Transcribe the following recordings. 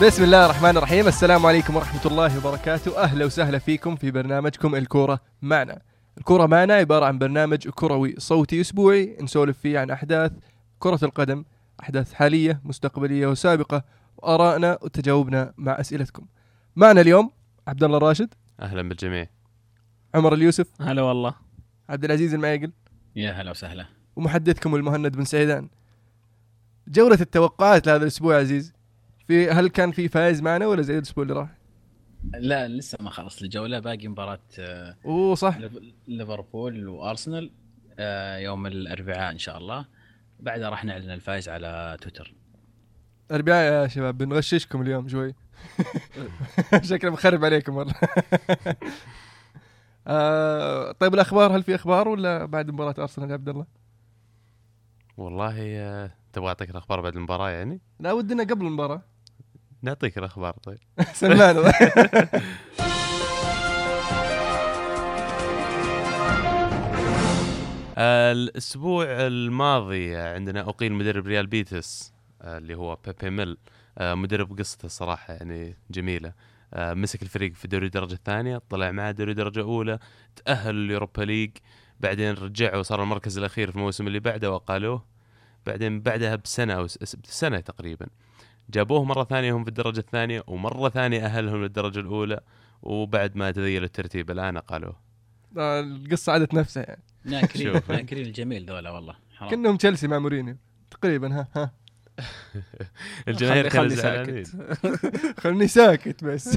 بسم الله الرحمن الرحيم. السلام عليكم ورحمة الله وبركاته. أهلا وسهلا فيكم في برنامجكم الكورة معنا. الكورة معنا عبارة عن برنامج كروي صوتي أسبوعي نسولف فيه عن أحداث كرة القدم، أحداث حالية مستقبلية وسابقة، وآرائنا وتجاوبنا مع أسئلتكم. معنا اليوم عبد الله راشد. أهلا بالجميع. عمر اليوسف. هلا والله. عبد العزيز المعيقل. يا هلا وسهلا. ومحدثكم المهند بن سعيدان. جولة التوقعات لهذا الأسبوع عزيز، هل كان في فائز معنا ولا زي الأسبوع اللي راح؟ لا لسه ما خلص الجولة، باقي مباراة صح، ليفربول وأرسنال يوم الأربعاء إن شاء الله. بعدها راح نعلن الفائز على تويتر. أربعاء يا شباب، بنغششكم اليوم شوي. شكله مخرب عليكم والله. طيب الأخبار، هل في أخبار ولا بعد مباراة أرسنال يا عبد الله؟ والله تبغى أعطيك الأخبار بعد المباراة يعني؟ لا ودنا قبل المباراة. نعطيك الأخبار طيب. سلمان. الأسبوع الماضي عندنا أقيل مدرب ريال بيتس اللي هو بيبي ميل. مدرب قصته الصراحة يعني جميلة. مسك الفريق في دوري الدرجة الثانية، طلع معه دوري درجة أولى، تأهل اليوروبا ليج، بعدين رجعوا وصار المركز الأخير في الموسم اللي بعده وقالوه. بعدين بعدها بسنة أو سنة تقريبا جابوه مرة ثانية هم في الدرجة الثانية، ومرة ثانية أهلهم للدرجة الأولى، وبعد ما تذيل الترتيب الآن قالوه. القصة عادت نفسها يعني. ناكرين الجميل ذولا والله حرام. كأنهم تشيلسي مع مورينيو تقريبا. ها الجماهير خلي ساكت. خلني ساكت بس.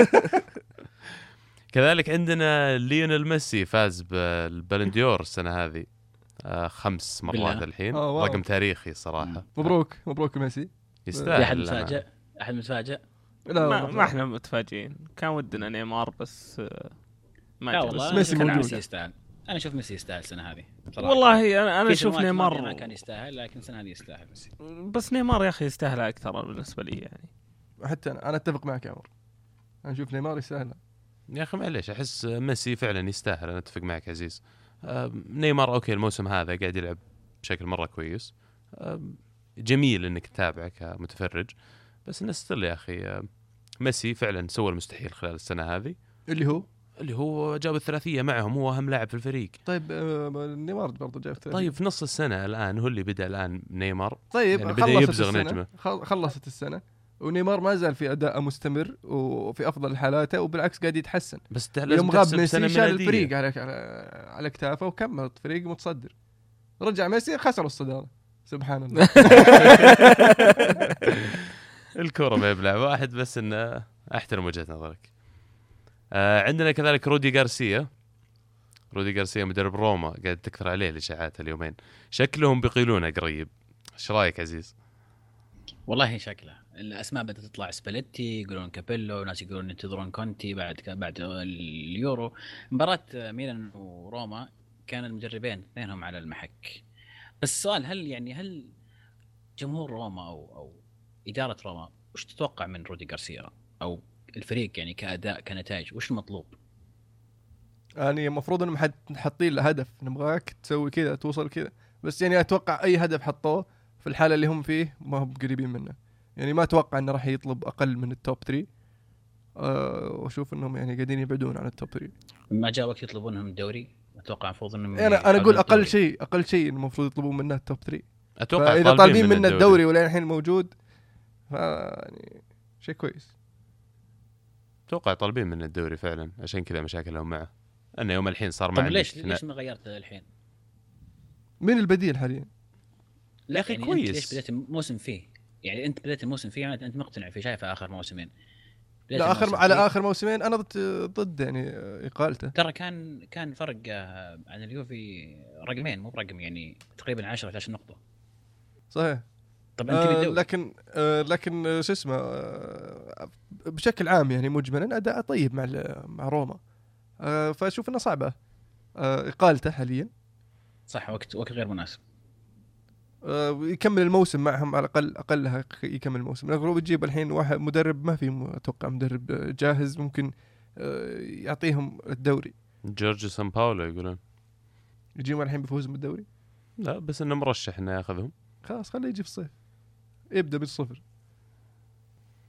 كذلك عندنا ليونيل ميسي فاز بالبالنديور السنة هذه 5 مرات الحين. رقم تاريخي صراحة. مبروك ميسي. يستاهل. أحد متفاجئ؟ لا ما احنا متفاجئين، كان ودنا نيمار بس ما لا والله ميسي موجود. يستاهل. أنا أشوف ميسي يستاهل السنة هذه والله أنا أشوف نيمار ما كان يستاهل، لكن السنة هذه يستاهل ميسي. بس نيمار يا أخي يستاهل أكثر بالنسبة لي يعني. حتى أنا أتفق معك يا عمر، أنا أشوف نيمار يستاهل. يا أخي معليش، أحس ميسي فعلا يستاهل. أنا أتفق معك عزيز. نيمار أوكي الموسم هذا قاعد يلعب بشكل مرة كويس، جميل إنك تتابعه كمتفرج، بس نستل يا أخي ميسي فعلا سوى المستحيل خلال السنة هذه، اللي هو جاب الثلاثية معهم، هو أهم لاعب في الفريق. طيب نيمار برضو جاب الثلاثية. طيب في نص السنة الآن هو اللي بدأ الآن نيمار. طيب يعني بدأ يبزغ نجمه. خلصت السنة ونيمار ما زال في أداء مستمر وفي أفضل حالاته، وبالعكس قاعد يتحسن. بس يوم غاب ميسي شال الفريق على اكتافه وكمل الفريق متصدر. رجع ميسي خسروا الصدارة. سبحان الله. الكرة ما يبلع واحد، بس إنه أحترم وجهة نظرك. عندنا كذلك رودي غارسيا مدرب روما، قاعد تكثر عليه الإشاعات اليومين، شكلهم بيقيلونه قريب. ايش رايك عزيز؟ والله شكله الاسماء بدات تطلع، سباليتي يقولون كابيلو، ناس يقولون ينتظرون كونتي بعد اليورو. مباراه ميلان وروما كان المدربين اثنينهم على المحك. بس السؤال هل جمهور روما او اداره روما وش تتوقع من رودي غارسيا او الفريق يعني كاداء كنتائج؟ وش المطلوب؟ يعني المفروض انهم حاطين له هدف، نبغاك تسوي كذا توصل كذا، بس يعني اتوقع اي هدف حطوه في الحاله اللي هم فيه ما هم قريبين منه. يعني ما اتوقع انه راح يطلب اقل من التوب 3. واشوف انهم يعني قاعدين يبعدون عن التوب 3. ما جاء وقت يطلبونهم الدوري، اتوقع المفروض انهم انا اقول اقل شيء المفروض يطلبون منه التوب 3. اتوقع اذا طالبين منه الدوري ولا الحين موجود يعني شيء كويس. اتوقع طالبين من الدوري فعلا، عشان كذا مشاكلهم معه. انه يوم الحين صار معه. طيب ليش ما غيرت الحين؟ مين البديل حاليا؟ لا اخي يعني كويس. انت ليش بدأت الموسم فيه؟ يعني انت بدأت الموسم فيه، يعني انت مقتنع فيه؟ شايفه اخر موسمين؟ لا اخر موسمين انا ضد يعني اقالته. ترى كان فرق عن اليوفي رقمين، مو برقم، يعني تقريبا 10-11 نقطة. صحيح. طب انت لكن شو اسمه بشكل عام يعني مجملا اداء طيب مع روما. فاشوف انه صعبه اقالته حاليا. صح، وقت غير مناسب. يكمل الموسم معهم على اقلها يكمل الموسم. لو بتجيب الحين واحد مدرب ما في اتوقع مدرب جاهز ممكن يعطيهم الدوري. جورج سان باولو يقولون يجيهم الحين بيفوزوا بالدوري. لا بس انه مرشح انه ياخذهم. خلاص خليه يجي في الصيف، يبدا بالصفر.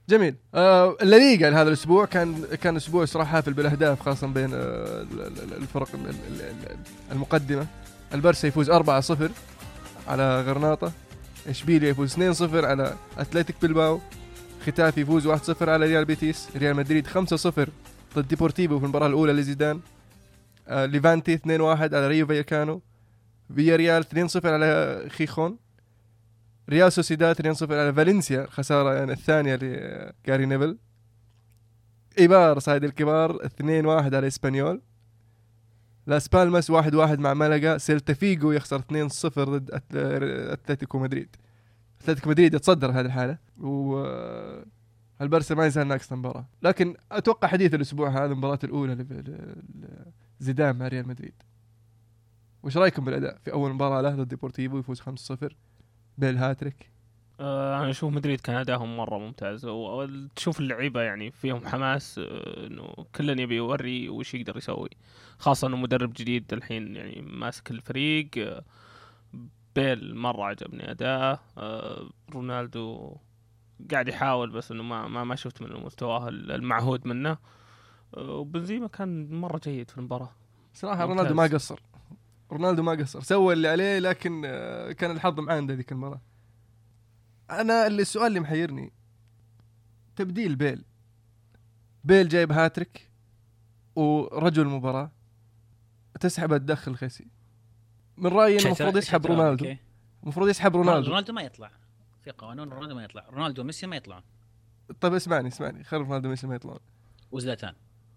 جميل. الليغا هذا الاسبوع كان اسبوع صراحه حافل بالاهداف، خاصه بين الفرق المقدمه. البرسا يفوز 4-0 على غرناطه، اشبيليا يفوز 2-0 على اتلتيك بلباو، ختافي يفوز 1-0 على ريال بيتيس، ريال مدريد 5-0 ضد ديبورتيفو في المباراه الاولى لزيدان، ليفانتي 2-1 على ريو فايكانو، فيا ريال 2-0 على خيخون، ريال سوسيداد 2-0 على فالنسيا، خسارة يعني الثانية لكاري نيفل، إيبار صايد الكبار 2-1 على إسبانيول، لاس بالماس 1-1 مع مالاغا، سيلتا فيغو يخسر 2-0 ضد أتلتيكو مدريد. أتلتيكو مدريد يتصدر هذه الحالة، والبرسا ما يزال ناقص مباراة. لكن أتوقع حديث الأسبوع هذا المباراة الأولى زيدان مع ريال مدريد. وش رأيكم بالأداء في أول مباراة له ضد ديبورتيفو يفوز 5-0 بالهاتريك؟ انا اشوف مدريد كان اداهم مره ممتاز، وتشوف اللعيبه يعني فيهم حماس، انه كلن يبي يوري وش يقدر يسوي، خاصه انه مدرب جديد الحين يعني ماسك الفريق. بيل مره عجبني اداءه. رونالدو قاعد يحاول بس انه ما شفت من مستواه المعهود منه. وبنزيما كان مره جيد في المباراه صراحه. رونالدو ما قصر، سوى اللي عليه، لكن كان الحظ معاه عند ذيك المباراه. انا السؤال اللي محيرني تبديل بيل جايب هاتريك ورجل المباراة، تسحب تدخل خيسي. من رأيي انه المفروض يسحب رونالدو. رونالدو ما يطلع في قانون، رونالدو ما يطلع، رونالدو وميسي ما يطلعون. طيب اسمعني خير رونالدو وميسي ما يطلعون وزلاتان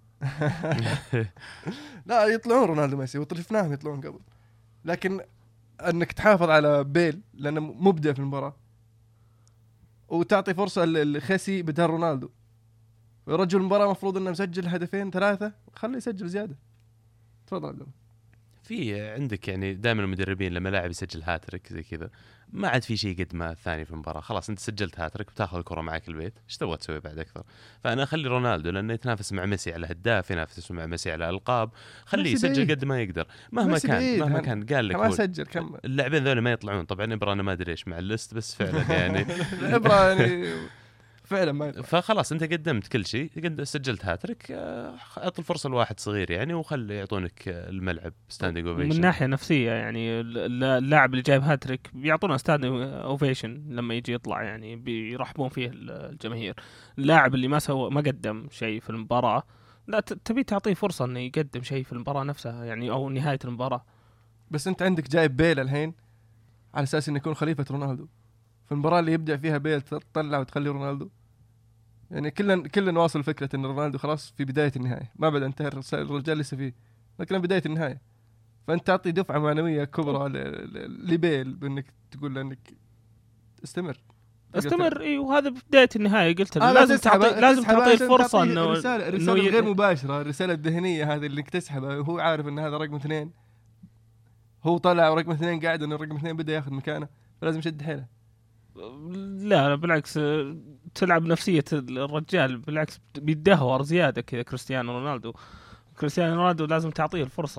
لا يطلعون رونالدو وميسي، وطرفناهم يطلعون قبل. لكن انك تحافظ على بيل لانه مبدع في المباراة، وتعطي فرصة لخيسي بدل رونالدو. رجل المباراة مفروض انه مسجل 2-3، خليه يسجل زيادة. تفضل عبد الله. في عندك يعني دائما المدربين لما لاعب يسجل هاتريك زي كذا ما عاد في شيء قد ما الثاني في المباراة، خلاص انت سجلت هاتريك بتاخذ الكرة معك البيت، ايش تبغى تسوي بعد اكثر؟ فانا اخلي رونالدو لانه يتنافس مع ميسي على هداف، ينافس مع ميسي على القاب، خليه يسجل قد ما يقدر مهما كان قال لك ما سجل كم اللاعبين ذول ما يطلعون. طبعا ابرا انا ما ادري ايش مع الليست، بس فعلا يعني ابرا يعني فعلا ما يطلع. فخلاص انت قدمت كل شيء، سجلت هاتريك، اعطي الفرصه لواحد صغير يعني، وخلي يعطونك الملعب ستاندينج اوفيشن. من ناحيه نفسيه يعني اللاعب اللي جايب هاتريك بيعطونا ستاندينج اوفيشن لما يجي يطلع، يعني بيرحبون فيه الجماهير. اللاعب اللي ما قدم شيء في المباراه، لا تبي تعطيه فرصه انه يقدم شيء في المباراه نفسها يعني، او نهايه المباراه. بس انت عندك جايب بيل الحين على اساس انه يكون خليفه رونالدو، في المباراه اللي يبدع فيها بيل تطلع وتخلي رونالدو. يعني كلنا واصل فكره ان رونالدو خلاص في بدايه النهايه، ما بعد انتهى الرجال لسه فيه، لكن بدايه النهايه. فانت تعطي دفعه معنويه كبرى لبيل بانك تقول له انك استمر. اي، وهذا بدايه النهايه. قلت لازم تعطيه الفرصه انه رساله غير مباشره، الرساله الذهنيه هذه اللي تسحبها، وهو عارف ان هذا رقم 2، هو طلع ورقم 2 قاعد، ان الرقم 2 بدا ياخذ مكانه، فلازم يشد حيله. لا بالعكس، تلعب نفسية الرجال، بالعكس بيدهور زيادة كذا. كريستيانو رونالدو لازم تعطيه الفرصة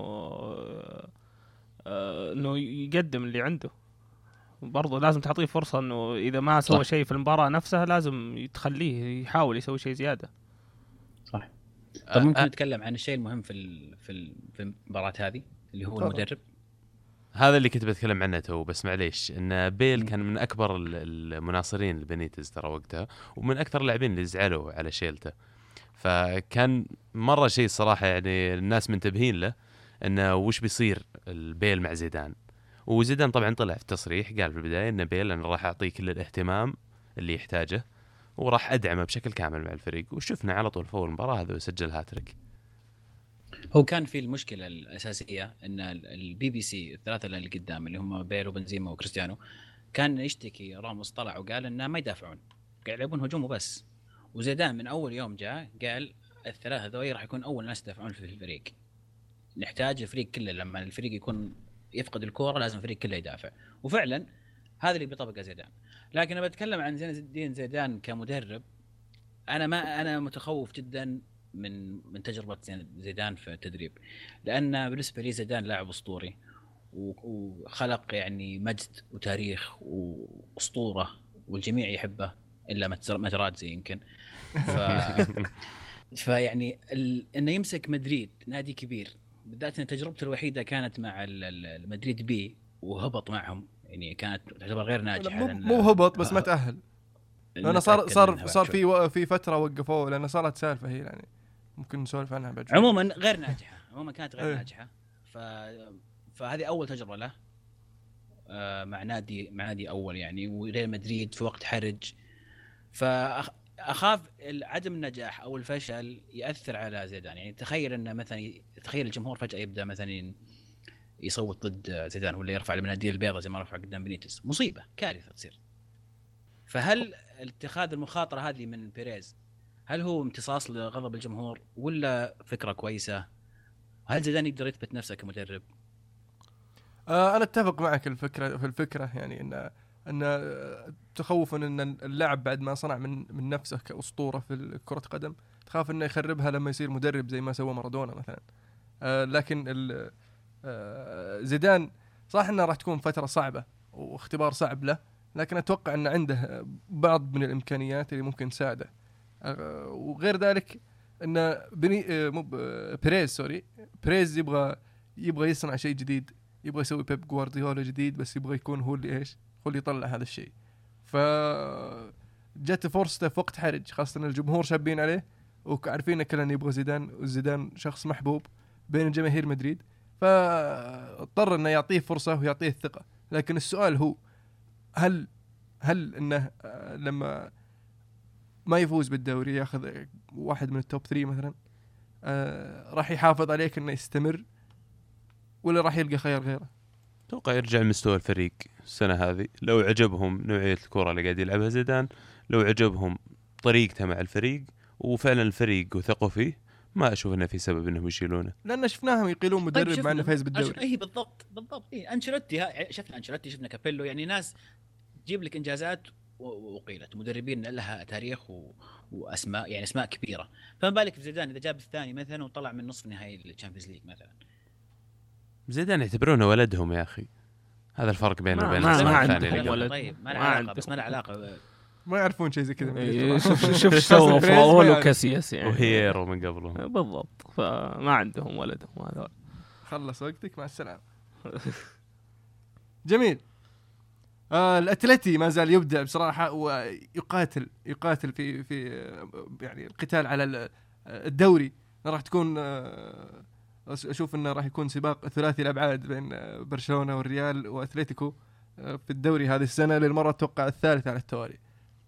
انه يقدم اللي عنده. برضو لازم تعطيه فرصة انه اذا ما سوى شيء في المباراة نفسها لازم تخليه يحاول يسوي شيء زيادة. صح. طب ممكن نتكلم عن الشيء المهم في المباراة هذه اللي هو المدرب. هذا اللي كنت بتكلم عنه تو، بس معليش ان بيل كان من اكبر المناصرين لبنيتز ترى وقتها، ومن اكثر اللاعبين اللي زعلوا على شيلته، فكان مره شيء صراحه يعني الناس منتبهين له انه وش بيصير البيل مع زيدان. وزيدان طبعا طلع في تصريح قال في البدايه ان بيل انا راح اعطيه كل الاهتمام اللي يحتاجه وراح ادعمه بشكل كامل مع الفريق، وشفنا على طول فور المباراه هذا وسجل هاتريك. هو كان في المشكله الاساسيه ان البي بي سي الثلاثه اللي قدام اللي هم بيل وبنزيما وكريستيانو كان يشتكي راموس، طلع وقال انه ما يدافعون، قاعد يلعبون هجوم وبس. وزيدان من اول يوم جاء قال الثلاثه ذوي راح يكون اول ناس يدافعون في الفريق، نحتاج الفريق كله لما الفريق يكون يفقد الكوره لازم الفريق كله يدافع. وفعلا هذا اللي بيطبقه زيدان. لكن انا بتكلم عن زيدان كمدرب، انا متخوف جدا من تجربة زيدان في التدريب، لأن بالنسبة لي زيدان لاعب أسطوري وخلق يعني مجد وتاريخ وأسطورة والجميع يحبه. الا ماتراتزي يمكن. فيعني انه يمسك مدريد نادي كبير، بالذات ان تجربته الوحيده كانت مع المدريد بي وهبط معهم، يعني كانت تعتبر غير ناجحه. مو هبط بس ما تأهل، لأنه صار في فترة وقفوه لأنه صارت سالفة هي، يعني ممكن نسولف عنها بعد شوي. عموما غير ناجحه، عموما كانت غير ناجحه. فهذه اول تجربه له مع نادي اول يعني، وريال مدريد في وقت حرج. فاخاف عدم النجاح او الفشل ياثر على زيدان. يعني تخيل انه مثلا الجمهور فجاه يبدا مثلا يصوت ضد زيدان ولا يرفع المناديل البيضاء زي ما رفع قدام بنيتس، مصيبه كارثه تصير. فهل اتخاذ المخاطره هذه من بيريز هل هو امتصاص لغضب الجمهور ولا فكره كويسه؟ هل زيدان يقدر يثبت نفسه كمدرب؟ انا اتفق معك في الفكره يعني ان تخوف ان اللاعب بعد ما صنع من نفسه كاسطوره في كره قدم تخاف انه يخربها لما يصير مدرب زي ما سوى مارادونا مثلا. لكن زيدان صح انه راح تكون فتره صعبه واختبار صعب له، لكن اتوقع ان عنده بعض من الامكانيات اللي ممكن تساعده. وغير ذلك ان بريز يبغى يصنع شيء جديد، يبغى يسوي بيب جوارديولا جديد، بس يبغى يكون هو اللي هو اللي يطلع هذا الشيء. فجت فرصته في وقت حرج، خاصة ان الجمهور شابين عليه وعارفين كلنا يبغى زيدان، وزيدان شخص محبوب بين جماهير مدريد، فاضطر انه يعطيه فرصة ويعطيه الثقة. لكن السؤال هو هل انه لما ما يفوز بالدوري ياخذ واحد من التوب 3 مثلا راح يحافظ عليك انه يستمر ولا راح يلقى خيار غيره؟ اتوقع يرجع لمستوى الفريق السنه هذه، لو عجبهم نوعيه الكره اللي قاعد يلعبها زيدان، لو عجبهم طريقته مع الفريق وفعلا الفريق وثقوا فيه، ما اشوف انه في سبب انهم يشيلونه، لان شفناهم يقيلون مدرب طيب مع انه فاز بالدوري. اي بالضبط انشيلوتي، شفنا انشيلوتي، شفنا كابيلو، يعني ناس تجيب لك انجازات وقيلت، مدربين لها تاريخ واسماء، يعني اسماء كبيره. فما بالك في زيدان اذا جاب الثاني مثلا وطلع من نصف نهائي الشامبيونز ليج مثلا؟ زيدان يعتبرونه ولدهم يا اخي، هذا الفرق بينه وبين ما الثاني. ولد. طيب ما له علاقه، بس ما له علاقه، ما يعرفون شيء زي كذا. شوف ايش سووا فاول وكاسياس يعني وهيرو من قبلهم بالضبط، فما عندهم ولدهم هذول. خلص وقتك، مع السلامه. جميل. الاتلتي ما زال يبدع بصراحه، ويقاتل في يعني القتال على الدوري. راح تكون اشوف انه راح يكون سباق ثلاثي الابعاد بين برشلونه والريال واتلتيكو في الدوري هذه السنه للمره اتوقع الثالثه على التوالي.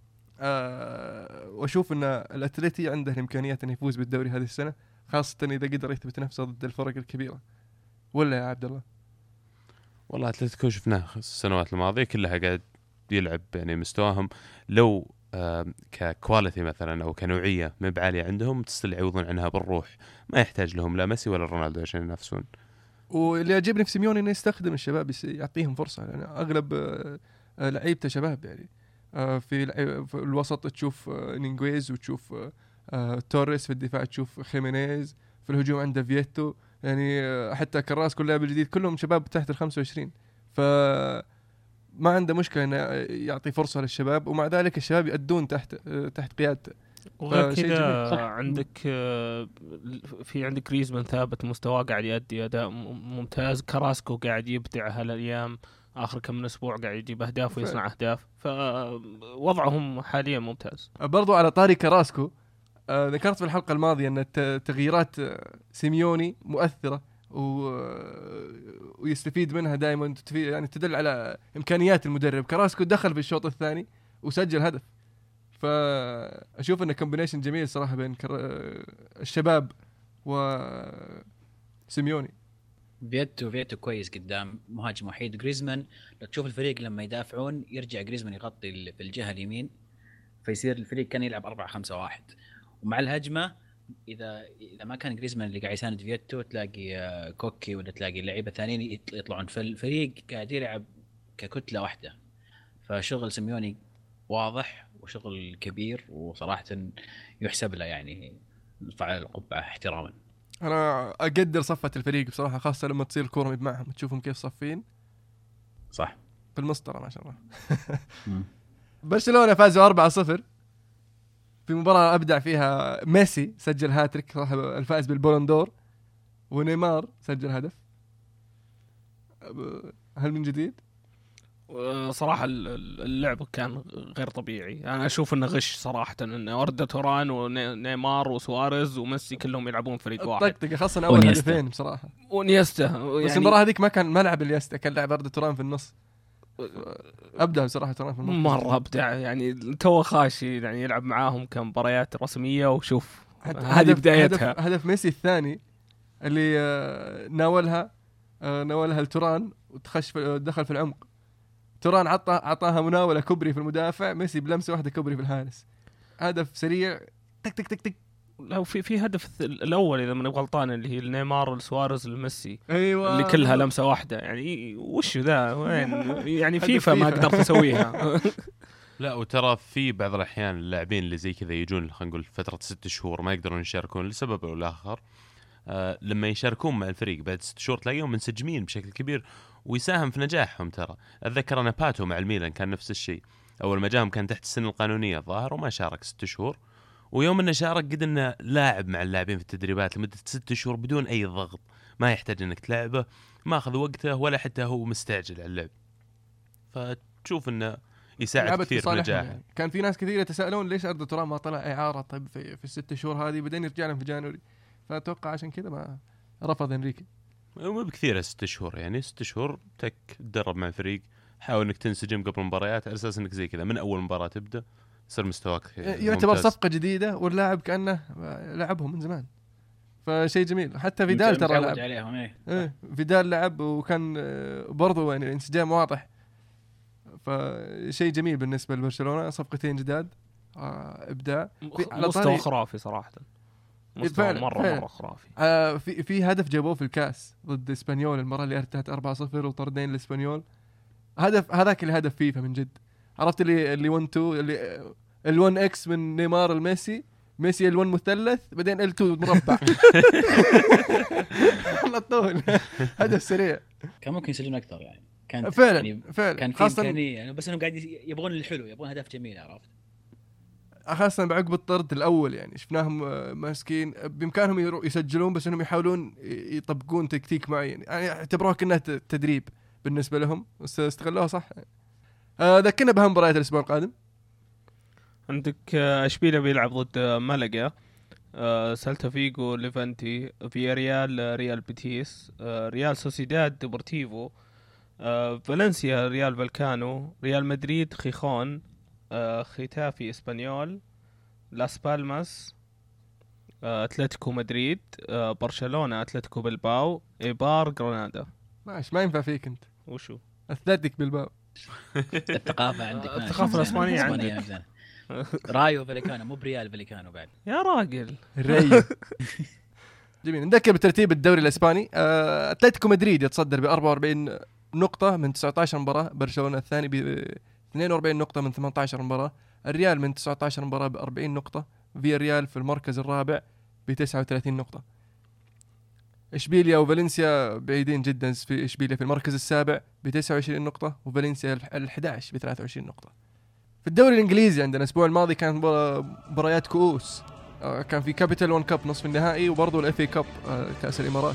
واشوف ان الاتلتي عنده الامكانيات انه يفوز بالدوري هذه السنه، خاصه اذا قدر يثبت نفسه ضد الفرق الكبيره. ولا يا عبد الله؟ والله اتلتيكو شفناه السنوات الماضيه كلها قاعد يلعب يعني مستواهم لو ككواليتي مثلا او كنوعيه ما بعاليه عندهم تستل يعوضون عنها بالروح، ما يحتاج لهم لا ميسي ولا رونالدو عشان ينافسون. واللي يعجبني في سيميوني انه يستخدم الشباب، يعطيهم فرصه، يعني اغلب لعيبته شباب يعني. في الوسط تشوف نينغويز، وتشوف توريس، في الدفاع تشوف خيمينيز، في الهجوم عنده فييتو، يعني حتى كراس اللاعب الجديد كلهم شباب تحت ال25، فما عنده مشكله انه يعطي فرصه للشباب، ومع ذلك الشباب يأدون تحت قيادته. وغير كذا عندك عندك جريزمان ثابت مستواه، قاعد يؤدي اداء ممتاز. كراسكو قاعد يبدع هالايام، اخر كم من اسبوع قاعد يجيب اهداف ويصنع اهداف، فوضعهم حاليا ممتاز. برضو على طاري كراسكو، ذكرت في الحلقه الماضيه ان تغييرات سيميوني مؤثره ويستفيد منها دائما، يعني تدل على امكانيات المدرب. كراسكو دخل في الشوط الثاني وسجل هدف، فاشوف انه كومبينيشن جميل صراحه بين الشباب وسيميوني. فيتو كويس قدام، مهاجم وحيد. جريزمان لو تشوف الفريق لما يدافعون يرجع جريزمان يغطي في الجهه اليمين، فيصير الفريق كان يلعب 4-5-1. ومع الهجمه اذا ما كان جريزمان اللي قاعد يساند فيتو، تلاقي كوكي ولا تلاقي اللعيبه الثانيين يطلعون، في الفريق قاعد يلعب ككتله واحده. فشغل سيميوني واضح وشغل كبير، وصراحه يحسب له، يعني نرفع القبعه احتراما. انا اقدر صفة الفريق بصراحه، خاصه لما تصير الكوره معهم تشوفهم كيف صفين صح بالمسطره ما شاء الله. برشلونة فازوا 4-0 في مباراة أبدع فيها ميسي، سجل هاتريك صاحب الفائز بالبولندور، ونيمار سجل هدف. هل من جديد؟ صراحة اللعب كان غير طبيعي. أنا أشوف إنه غش صراحة، إن أردا توران ونيمار وسواريز وميسي كلهم يلعبون فريق واحد. الطقطقة خاصة أول هدفين بصراحة. ونيستا يعني بس يعني المباراة هذيك ما كان ملعب اليستا، كان لعب أردا توران في النص. أبدع بصراحة توران في المركز. مرة أبدع يعني، تو خاشي يعني يلعب معاهم كمباريات رسمية، وشوف هذه بدايتها. هدف ميسي الثاني اللي ناولها لتوران ودخل في العمق. توران عطاها مناولة كبري في المدافع، ميسي بلمسة واحدة كبري في الحارس. هدف سريع تك تك تك تك. لو في هدف الأول إذا من غلطان اللي هي نيمار لسواريز لميسي، أيوة اللي كلها لمسة واحدة. يعني وش ذا وين يعني فيفا ما قدرت أسويها. لا وترى في بعض الأحيان اللاعبين اللي زي كذا يجون خلينا نقول فترة 6 شهور ما يقدرون يشاركون لسبب أو لآخر. لما يشاركون مع الفريق بعد 6 شهور تلاقيهم منسجمين بشكل كبير ويساهم في نجاحهم. ترى أتذكر أنا باتو مع الميلان كان نفس الشيء، أول ما جاهم كان تحت السن القانونية الظاهر وما شارك 6 شهور، ويوم انه شارك قد انه لاعب مع اللاعبين في التدريبات لمدة 6 شهور بدون أي ضغط، ما يحتاج انك تلعبه، ما أخذ وقته ولا حتى هو مستعجل على اللعب. فتشوف انه يساعد كثير في نجاحه. يعني. كان في ناس كثير يتساءلون ليش أردا توران ما طلع إعارة طيب في 6 شهور هذه، بعدين يرجع لهم في جانوري، فأتوقع عشان كذا ما رفض إنريكي. مو بكثير 6 شهور يعني 6 شهور تدرب مع الفريق، حاول انك تنسجم قبل المباريات على اساس انك زي كذا من اول مباراة تبدا يصير مستواك يعتبر ممتاز. صفقة جديدة واللاعب كأنه لعبهم من زمان، فشيء جميل. حتى فيدال ترى لعب عليهم فيدال لعب وكان برضو يعني الانسجام واضح، فشيء جميل بالنسبة لبرشلونة. صفقتين جداد إبداع مستوى خرافي صراحة، مستوى مرة خرافي. في هدف جابوه في الكاس ضد اسبانيول المرة اللي ارتهت 4-0 وطردين الاسبانيول. هذاك الهدف فيفا من جد، عرفت اللي 1-2 اللي ال1 اكس من نيمار الميسي، ميسي ال1 مثلث بعدين ال2 مربع. والله طول هدف سريع كان ممكن يسجلون اكثر يعني. كان فعلا كان في امكانيه يعني، بس انهم قاعد يبغون الحلو، يبغون هدف جميل، عرفت؟ خاصة بعقب الطرد الأول يعني شفناهم ماسكين بإمكانهم يسجلون، بس إنهم يحاولون يطبقون تكتيك معين يعني اعتبروها كأنها تدريب بالنسبة لهم، بس استغلوها صح. ذكرنا بهم مباريات الأسبوع القادم. عندك أشبيليا بيلعب ضد مالاغا، سالتا فيغو ليفانتي، ريال بيتيس، ريال سوسيداد ديبورتيفو، فالنسيا ريال فالكانو، ريال مدريد خيخون، ختافي اسبانيول، لاس بالماس، اتلتيكو مدريد، برشلونة اتلتيكو بلباو، ايبار غرناطة. ماشي ما ينفع فيك انت. وشو اتلتيك بلباو؟ الثقافة عندك الثقافة الاسبانية عندك. رايو فاليكانو مو بريال فاليكانو بعد يا راجل. الريو. جميل. نذكر بترتيب الدوري الاسباني. اتلتيكو مدريد يتصدر ب44 نقطة من 19 مباراة، برشلونة الثاني ب 42 نقطة من 18 مباراة، الريال من 19 مباراة ب40 نقطة، فيا ريال في المركز الرابع ب39 نقطة. إشبيليا وفالنسيا بعيدين جدا، في إشبيليا في المركز السابع ب29 نقطة وفالنسيا ال11 ب23 نقطة. في الدوري الإنجليزي عندنا الأسبوع الماضي كان مباريات كؤوس، كان في كابيتال 1 كاب نصف النهائي وبرضو الأف اي كاب كأس الإمارات.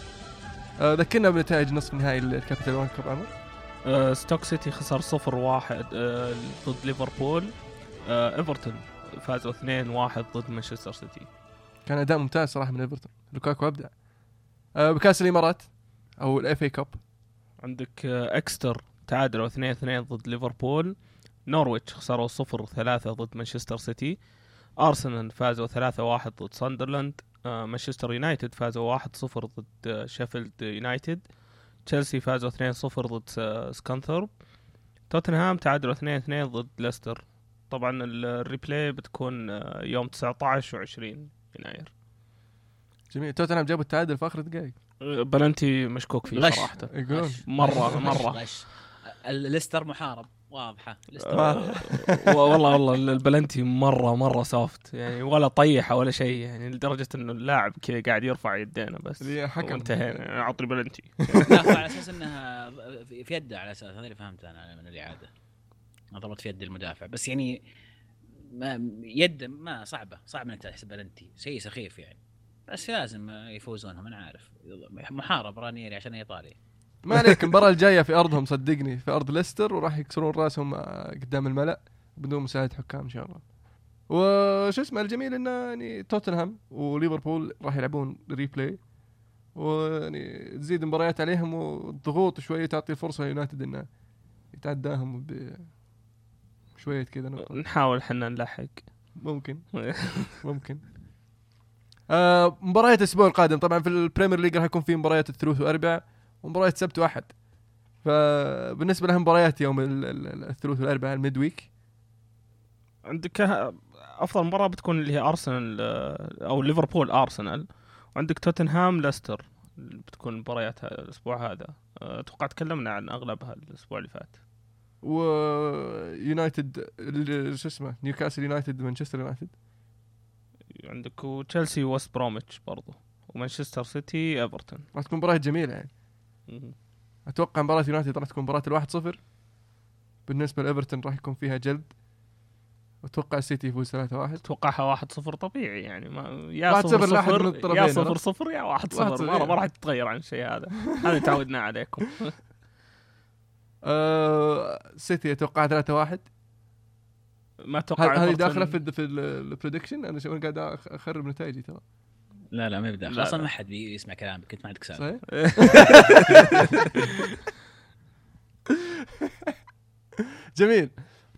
ذكرنا بنتائج نصف النهائي الكابيتال 1 كاب عمر. ستوك سيتي خسر 0-1 ضد ليفربول. ايفرتون فازوا 2-1 ضد مانشستر سيتي. كان اداء ممتاز صراحه من ايفرتون، لوكاكو ابدع. بكاس الامارات او الاف اي كاب عندك اكستر تعادلوا 2-2 ضد ليفربول. نورويتش خسروا 0-3 ضد مانشستر سيتي. ارسنال فازوا 3-1 ضد ساندرلاند. مانشستر يونايتد فازوا 1-0 ضد شيفيلد يونايتد. تشيلسي فازوا 2-0 ضد سكانثورب. توتنهام تعادلوا 2-2 ضد ليستر. طبعا الريبلاي بتكون يوم 19 و20 يناير. جميل. توتنهام جابوا التعادل في اخر دقائق. بلنتي مشكوك فيه صراحه، يقولون مره ليستر محارب واضحه. والله البلنتي مره سوفت يعني، ولا طيحه ولا شيء يعني، لدرجه انه اللاعب كذا قاعد يرفع يدينه بس انتهينا. اعطي بلنتي. لا على اساس انها في يده، على اساس هذا اللي فهمته انا من الاعاده. ضربت في يد المدافع، بس يعني ما يد ما صعب انك تحسب بلنتي، شيء سخيف يعني، بس لازم يفوزونهم. انا عارف محارب رانيري عشان ايطاليا. ما عليك، المباراة الجاية في أرضهم صدقني، في أرض ليستر، وراح يكسرون راسهم قدام الملأ بدون مساعدة حكام إن شاء الله. وش اسمه الجميل إنه يعني توتنهام وليفربول راح يلعبون ريبلاي، ويعني تزيد مباريات عليهم والضغوط شوية، تعطي فرصة يونايتد إنه يتعداهم بشوية كذا نقطة. نحاول حنا نلحق. ممكن. مباريات الأسبوع القادم طبعا في البريمير ليج راح يكون في مباريات الثلاث وأربع ومباريات سبت وأحد. فبالنسبة لهم مباريات يوم الثلاث والأربع الميد ويك، عندك افضل مباراه بتكون اللي هي ارسنال او ليفربول ارسنال، وعندك توتنهام ليستر بتكون مباريات الاسبوع هذا. اتوقع تكلمنا عن اغلبها الاسبوع اللي فات. ويونايتد شو اسمه نيوكاسل يونايتد مانشستر يونايتد، عندك تشيلسي وست بروميتش برضو، ومانشستر سيتي ايفرتون. راح تكون مباراة جميلة يعني. اتوقع مباراة يونايتد راح تكون مباراة 1-0 بالنسبة لإيفرتون، راح يكون فيها جلد. واتوقع السيتي يفوز 3-1. اتوقعها 1-0 طبيعي يعني، ما يا 1-0 لاحد من الطرفين، يا 0-0 يا 1-0، ما راح تتغير عن الشيء هذا. هذا تعودنا عليكم. سيتي اتوقع 3-1. ما اتوقع هذه داخله في البريدكشن. انا شو قاعد اخرب نتائجي ترى. لا ما يبدا اصلا، ما حد بيسمع كلامك، كنت ما عندك سالفه. جميل.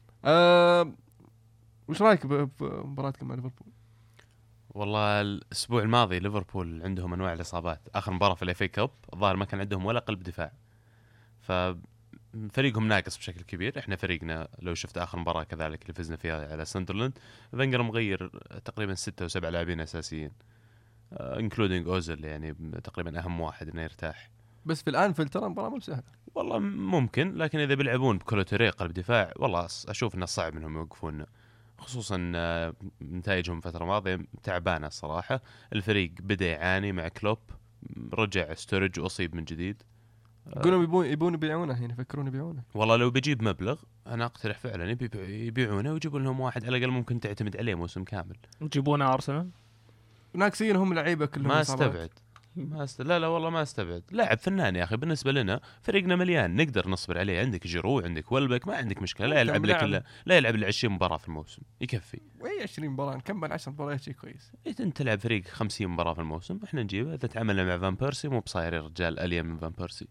وش رايك بمباراتكم مع ليفربول؟ والله الاسبوع الماضي ليفربول عندهم انواع الاصابات. اخر مباراه في الFA كاب الظاهر ما كان عندهم ولا قلب دفاع، ففريقهم ناقص بشكل كبير. احنا فريقنا لو شفت اخر مباراه كذلك اللي فزنا فيها على ساندرلاند، فينجر مغير تقريبا 6 و7 لاعبين اساسيين انكلودينج اوزل، يعني تقريبا اهم واحد انه يرتاح. بس في الان ترى مباراه مو سهله والله ممكن، لكن اذا بيلعبون بكل طريقه الدفاع والله اشوف انه صعب انهم يوقفون، خصوصا نتائجهم فتره ماضيه تعبانه الصراحه. الفريق بدا يعاني مع كلوب، رجع ستورج واصيب من جديد. يقولون يبون يبيعونه، يعني يفكرون يبيعونه. والله لو بيجيب مبلغ انا اقترح فعلا يبيعونه ويجيبوا لهم واحد على الاقل ممكن تعتمد عليه موسم كامل. يجيبونه ارسنال ناقصين هم لعيبه كلهم. ما استبعد لا والله ما استبعد. لاعب فنان يا اخي، بالنسبه لنا فريقنا مليان نقدر نصبر عليه. عندك جيرو، عندك ولبك، ما عندك مشكله. لا يلعب لك لا يلعب ل 20 مباراه في الموسم يكفي. واي 20 مباراه نكمل 10 مباريات شيء كويس. انت تلعب فريق 50 مباراه في الموسم، احنا نجيبه. اذا تعاملنا مع فان بيرسي مو بصاير يا رجال الين من فان بيرسي.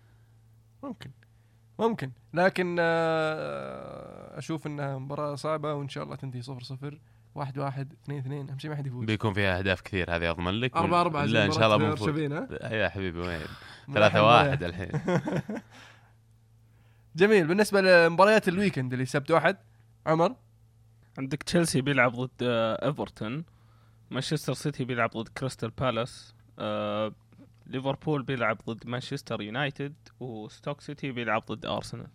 ممكن لكن اشوف انها مباراه صعبه، وان شاء الله تنتهي 0-0 1-1 2-2. اهم شيء ما حد يفوز. بيكون فيها اهداف كثير، هذه اضمن لك. 4-4 لا ان شاء الله بنفوز. يا حبيبي وين 3-1 الحين. جميل. بالنسبه لمباريات الويكند اللي سبت واحد، عمر عندك تشيلسي بيلعب ضد ايفرتون، مانشستر سيتي بيلعب ضد كريستال بالاس، ليفربول بيلعب ضد مانشستر يونايتد، وستوك سيتي بيلعب ضد أرسنال.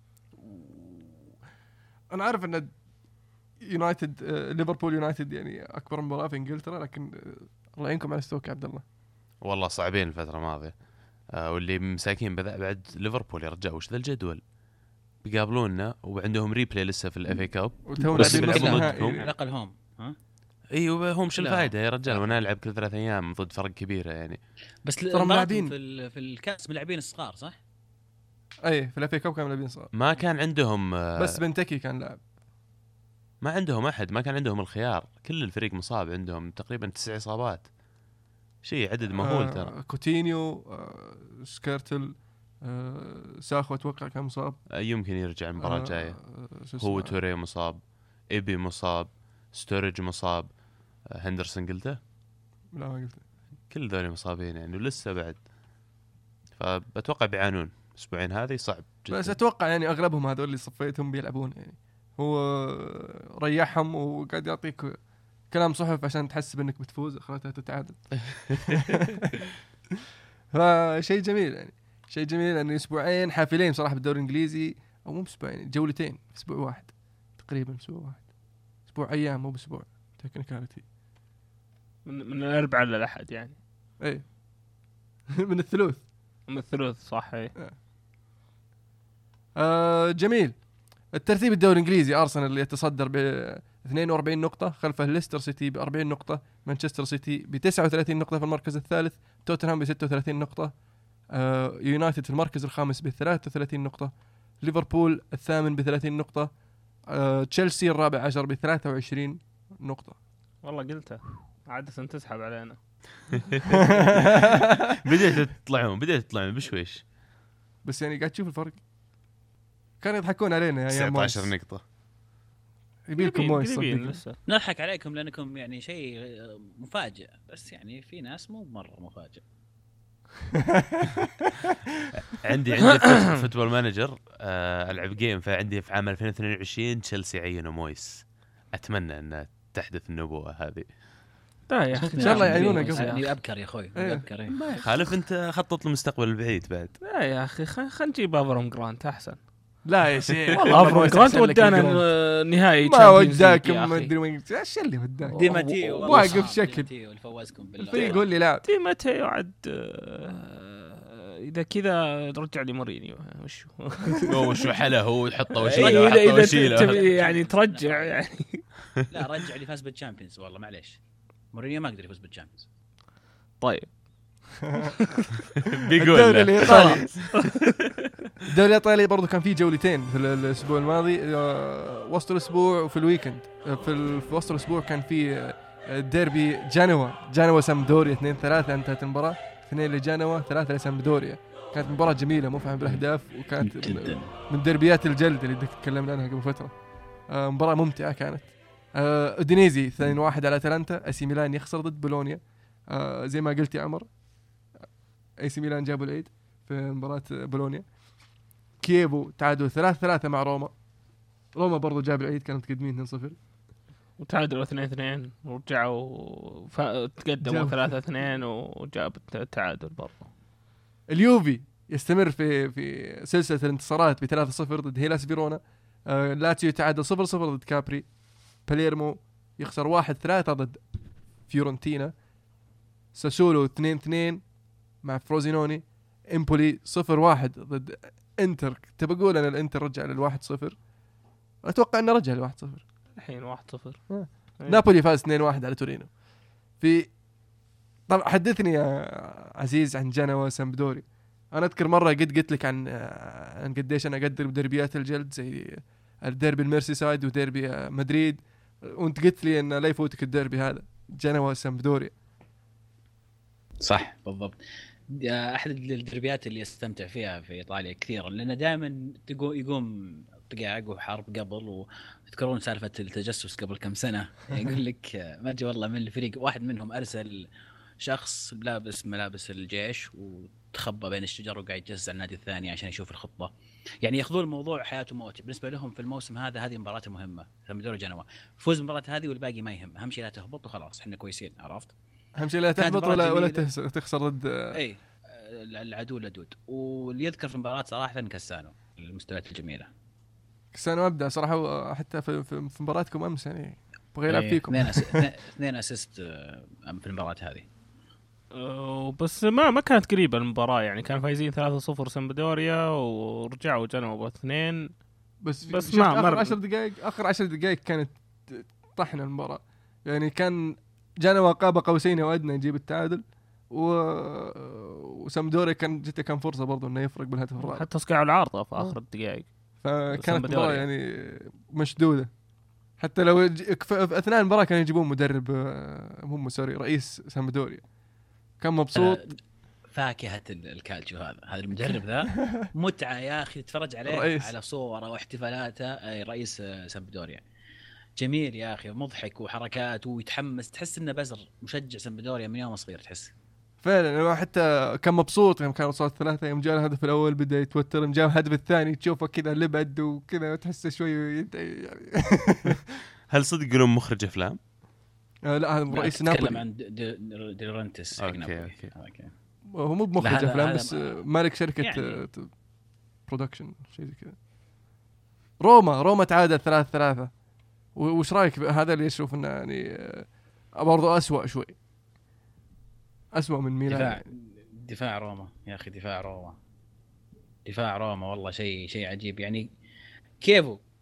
أنا عارف أن يونايتد ليفربول يونايتد يعني أكبر مباراة في إنجلترا، لكن الله يعينكم على ستوك يا عبد الله. والله صعبين الفترة الماضية، واللي مساكين بعد ليفربول يا رجال. وش ذا الجدول بيقابلوننا وعندهم ريبلاي لسه في الFA كاب، بس بيلعبون ضدكم على الأقل هم. ايوه هم شو الفائده يا رجال وانا العب كل 3 ايام ضد فرق كبيره يعني. بس ترى ملاعبين في الكاس ملاعبين الصغار صح؟ اي في الFA كاب كانوا ملاعبين صغار، ما كان عندهم بس بنتكي كان لاعب، ما عندهم احد، ما كان عندهم الخيار. كل الفريق مصاب، عندهم تقريبا 9 اصابات، شيء عدد مهول ترى. كوتينيو، سكيرتل، ساخو اتوقع كان مصاب، يمكن يرجع المباراه الجايه. هو توري مصاب، ايبي مصاب، ستورج مصاب، هندرسون قلته؟ لا ما قلته. كل ذولي مصابين يعني ولسه بعد، فأتوقع بيعانون أسبوعين هذه صعب جدا. بس أتوقع يعني أغلبهم هذول اللي صفيتهم بيلعبون، يعني هو ريحهم وقاعد يعطيك كلام صحف عشان تحسب إنك بتفوز، أخرتها تتعادل. فشيء جميل يعني، شيء جميل إنه أسبوعين حافلين صراحة بالدوري الإنجليزي، أو مو أسبوعين، جولتين في أسبوع واحد تقريبا، أسبوع أيام مو بأسبوع تكنيكاليتي. من الأربعاء للأحد يعني. إيه. من الثلوث صح. إيه. جميل. الترتيب الدوري الانجليزي ارسنال اللي يتصدر ب 42 نقطة، خلفه ليستر سيتي ب 40 نقطة، مانشستر سيتي ب 39 نقطة في المركز الثالث، توتنهام ب 36 نقطة، يونايتد في المركز الخامس ب 33 نقطة، ليفربول الثامن ب 30 نقطة، تشيلسي الرابع عشر ب 23 نقطة. والله قلتها عادة تسحب علينا. بديت تطلعون بشويش. بس يعني قاعد تشوف الفرق، كانوا يضحكون علينا يا 19 نقطة. يبيلكم مويس قريبين صدقني. لسه. نضحك عليكم لانكم يعني شيء مفاجئ، بس يعني في ناس مو مره مفاجئ. عندي فوتبول مانجر العب جيم، فعندي في عام 2022 تشيلسي عينوا مويس. اتمنى ان تحدث النبوة هذه. لا يا اخي إن شاء الله يعينونا قبل. يعني ابكر يا اخوي، إيه. ابكر. خالف انت خطط للمستقبل البعيد بعد. لا يا اخي خلينا نجيب افرام جرانت احسن. لا يا شيخ والله افرام جرانت ودانا نهائي ما وداكم ما ادري وين ايش اللي وداك. دي ماتيو واقف شكل اللي فوزكم بالله. الفريق يقول لي لاعب دي متى يعد اذا كذا رجع لي مورينيو وشو حلا هو يحطه اذا يعني ترجع يعني. لا رجع لي فاز بالتشامبيونز، والله معليش مورينيو ما قدر يفوز بالتشامبيونز. طيب بيقول الدوري الايطالي. الدوري الايطالي برضو كان فيه جولتين في الاسبوع الماضي، وسط الاسبوع وفي الويكند. في وسط الاسبوع كان فيه ديربي جانوا سامدوريا 2-3 انتهت المباراة 2 لجانوا 3 لسامدوريا. كانت مباراة جميلة مفعمة بالاهداف، وكانت من دربيات الجلد اللي تكلمنا عنها قبل فترة. مباراة ممتعة كانت. اودينيزي 2-1 على اتلانتا. اسي ميلان يخسر ضد بولونيا. زي ما قلت يا عمر، اي سي ميلان جابوا العيد في مباراة بولونيا. كييفو تعادلوا 3-3 مع روما برضو جاب العيد، كانوا متقدمين 2-0 وتعادلوا 2-2 ورجعوا تقدموا 3-2 وجاب التعادل برضو. اليوفي يستمر في سلسلة الانتصارات ب3-0 ضد هيلاس فيرونا. لاتسيو تعادل 0-0 ضد كابري. باليرمو يخسر 1-3 ضد فيورنتينا. ساسولو 2-2 مع فروزينوني. امبولي 0-1 ضد انتر. تبقول أنا الانتر رجع لل1-0، أتوقع أنه رجع لل1-0 الحين 1-0. نابولي فاز 2-1 على تورينو. طبعا حدثني يا عزيز عن جنوا سامبدوري. أنا أذكر مرة قلت لك عن قديش أنا أقدر بدربيات الجلد زي الديربي الميرسي سايد وديربي مدريد، وأنت قلت لي أن لا يفوتك الديربي هذا جنوا سامبدوريا. صح بالضبط. احد الدربيات اللي استمتع فيها في ايطاليا كثيرا، لان دائما يقوم طقاق وحرب قبل. وتذكرون سالفه التجسس قبل كم سنه، يقول لك ما جاء والله من الفريق واحد منهم ارسل شخص لابس ملابس الجيش وتخبى بين الشجر وقاعد يتجسس على النادي الثاني عشان يشوف الخطه. يعني ياخذون الموضوع حياه وموت بالنسبه لهم في الموسم هذا. هذه مباراه مهمه سامدوريا جنوا، فوز المباراه هذه والباقي ما يهم، اهم شيء لا تهبط وخلاص احنا كويسين. عرفت؟ أهم شيء لا تهبط ولا تخسر ضد اي العدو اللدود. واللي يذكر في المباراة صراحة كسانو المستويات الجميلة. كسانو أبدع صراحة، حتى في مباراتكم أمس يعني بغى يلعب فيكم. 2 أسيست في المباراة هذه. بس ما كانت قريبة المباراة، يعني كان فايزين 3-0 سامبدوريا ورجعوا جنوا ب2. بس ما آخر 10 دقائق كانت طحنا المباراة. يعني كان جنوا قاب قوسين وأدنى يجيب التعادل، وسامدوريا كان فرصة برضو انه يفرق بالهدف الرابع، حتى صقعوا العارضة في آخر الدقائق. فكانت مباراة يعني مشدودة. حتى لو أثناء المباراة كانوا يجيبون مدرب رئيس سامدوريا كان مبسوط. فاكهة الكالتشو هذا المدرب ذا متعة يا أخي تتفرج عليه رئيس. على صوره واحتفالاته. رئيس سامدوريا جميل يا أخي، مضحك وحركات ويتحمس، تحس إنه بزر مشجع سامدوريا من يوم صغير. تحس فعلا حتى كان مبسوط يوم كان وصلت 3. يوم جاء الهدف الأول بدأ يتوتر، يوم جاء الهدف الثاني تشوفه كذا لبد وكذا تحسه شوي يدعي يعني. هل صدق يقولون مخرج أفلام؟ لا هذا رئيس نابولي. تكلم عن ديرانتس. أوكي. هو مو بمخرج أفلام بس مالك شركة يعني برودكشن شيء زي كذا. روما تعادل 3-3. وش رأيك هذا اللي يشوف إنه يعني برضو أسوأ شوي، أسوأ من ميلان. دفاع روما يا أخي، دفاع روما والله شيء عجيب. يعني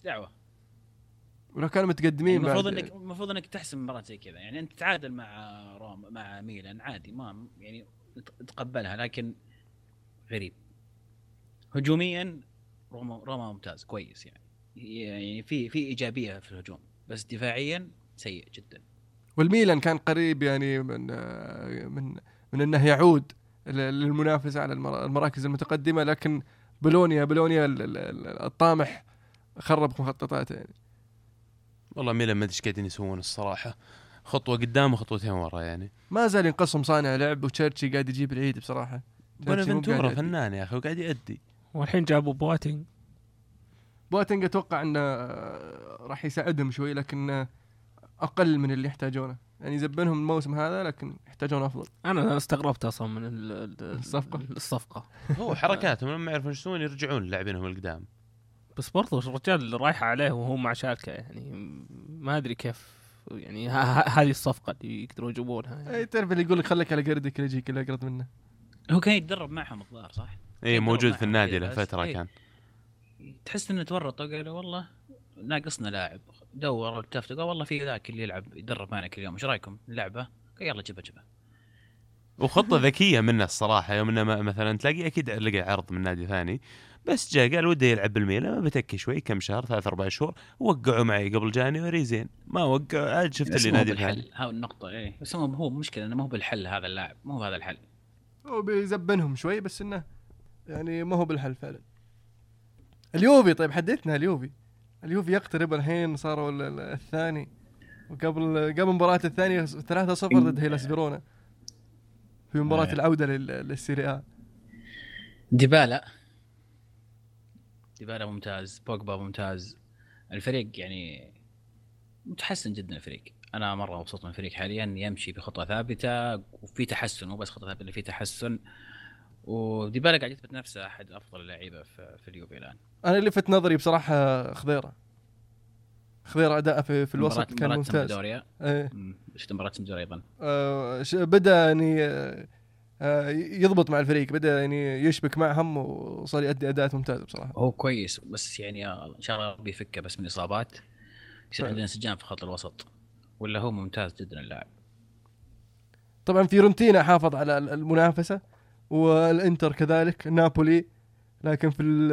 دعوه. ولو كانوا متقدمين يعني بعد المفروض انك تحسم مباراه زي كذا. يعني انت تتعادل مع مع ميلان عادي، ما يعني تقبلها، لكن غريب. هجوميا روما ممتاز كويس، يعني في ايجابيه في الهجوم، بس دفاعيا سيء جدا. والميلان كان قريب يعني من انه يعود للمنافسه على المراكز المتقدمه، لكن بولونيا الطامح خرب مخططاته يعني. والله ميلان ما ادري ايش قاعدين يسوون الصراحه، خطوه قدام وخطوتين ورا يعني. ما زال ينقصهم صانع لعب، وتشيرشي قاعد يجيب العيد بصراحه. بونافنتورا فنان يا اخي وقاعد يأدي. والحين جابوا بواتينج اتوقع انه راح يساعدهم شوي، لكن اقل من اللي يحتاجونه. يعني يزبنهم الموسم هذا، لكن يحتاجون افضل. انا استغربت اصلا من الصفقه. هو حركاتهم لما يعرفون ايش يسوون يرجعون لاعبينهم القدام. بس برضو الرجال رايحه عليه وهو مع شالكه، يعني ما ادري كيف يعني هذه الصفقه اللي يقدرون يجيبونها يعني. اي تعرف اللي يقول لك خليك على قردك اللي يجيك اللي اقرب منه. هو كان يتدرب معهم الظاهر صح؟ اي موجود في النادي له فتره كان. تحس انه تورطوا، قالوا والله ناقصنا لاعب، دوروا التفتوا قالوا والله في ذاك اللي يلعب يدرب معنا كل يوم، ايش رايكم اللعبه؟ قال يلا جبه. وخطه ذكيه منه الصراحه، يوم انه مثلا تلاقي اكيد لقى عرض من نادي ثاني، بس جاء قال وده يلعب بالميلان، ما بتكي شوي كم شهر 3-4 شهور، وقعوا معي قبل جانيوري زين، ما وقع عاد شفت اللي نادي الحل. هاو النقطه ايه، بس هو مشكله انه ما هو بالحل هذا اللاعب، مو هذا الحل. هو بيزبنهم شوي بس انه يعني ما هو بالحل فعلا. اليوفي طيب حدثنا اليوفي يقترب الحين، صاروا الثاني، وقبل مباراة الثانية 3-0 ضد هيلاس فيرونا في مباراة العودة للسيريا. ديبالا ممتاز، بوجبا ممتاز، الفريق يعني متحسن جدا. الفريق انا مرة مبسوط من الفريق حاليا، يمشي بخطوة ثابتة وفي تحسن، مو بس خطوة ثابتة اللي في تحسن، وديبالا قاعد يثبت نفسه احد افضل اللاعبين في اليوفي الان. انا اللي لفت نظري بصراحة خضيرة اداءه في الوسط كان ممتاز. ايه شفت مباراة سمدوريا ايضا. بدا يعني يضبط مع الفريق، بدا يعني يشبك معهم وصار يؤدي اداءات ممتازة بصراحة. هو كويس، بس يعني ان شاء الله بيفكه بس من اصابات، يصير عندنا انسجام في خط الوسط، ولا هو ممتاز جدا اللاعب. طبعا فيورنتينا حافظ على المنافسة، والانتر كذلك، نابولي، لكن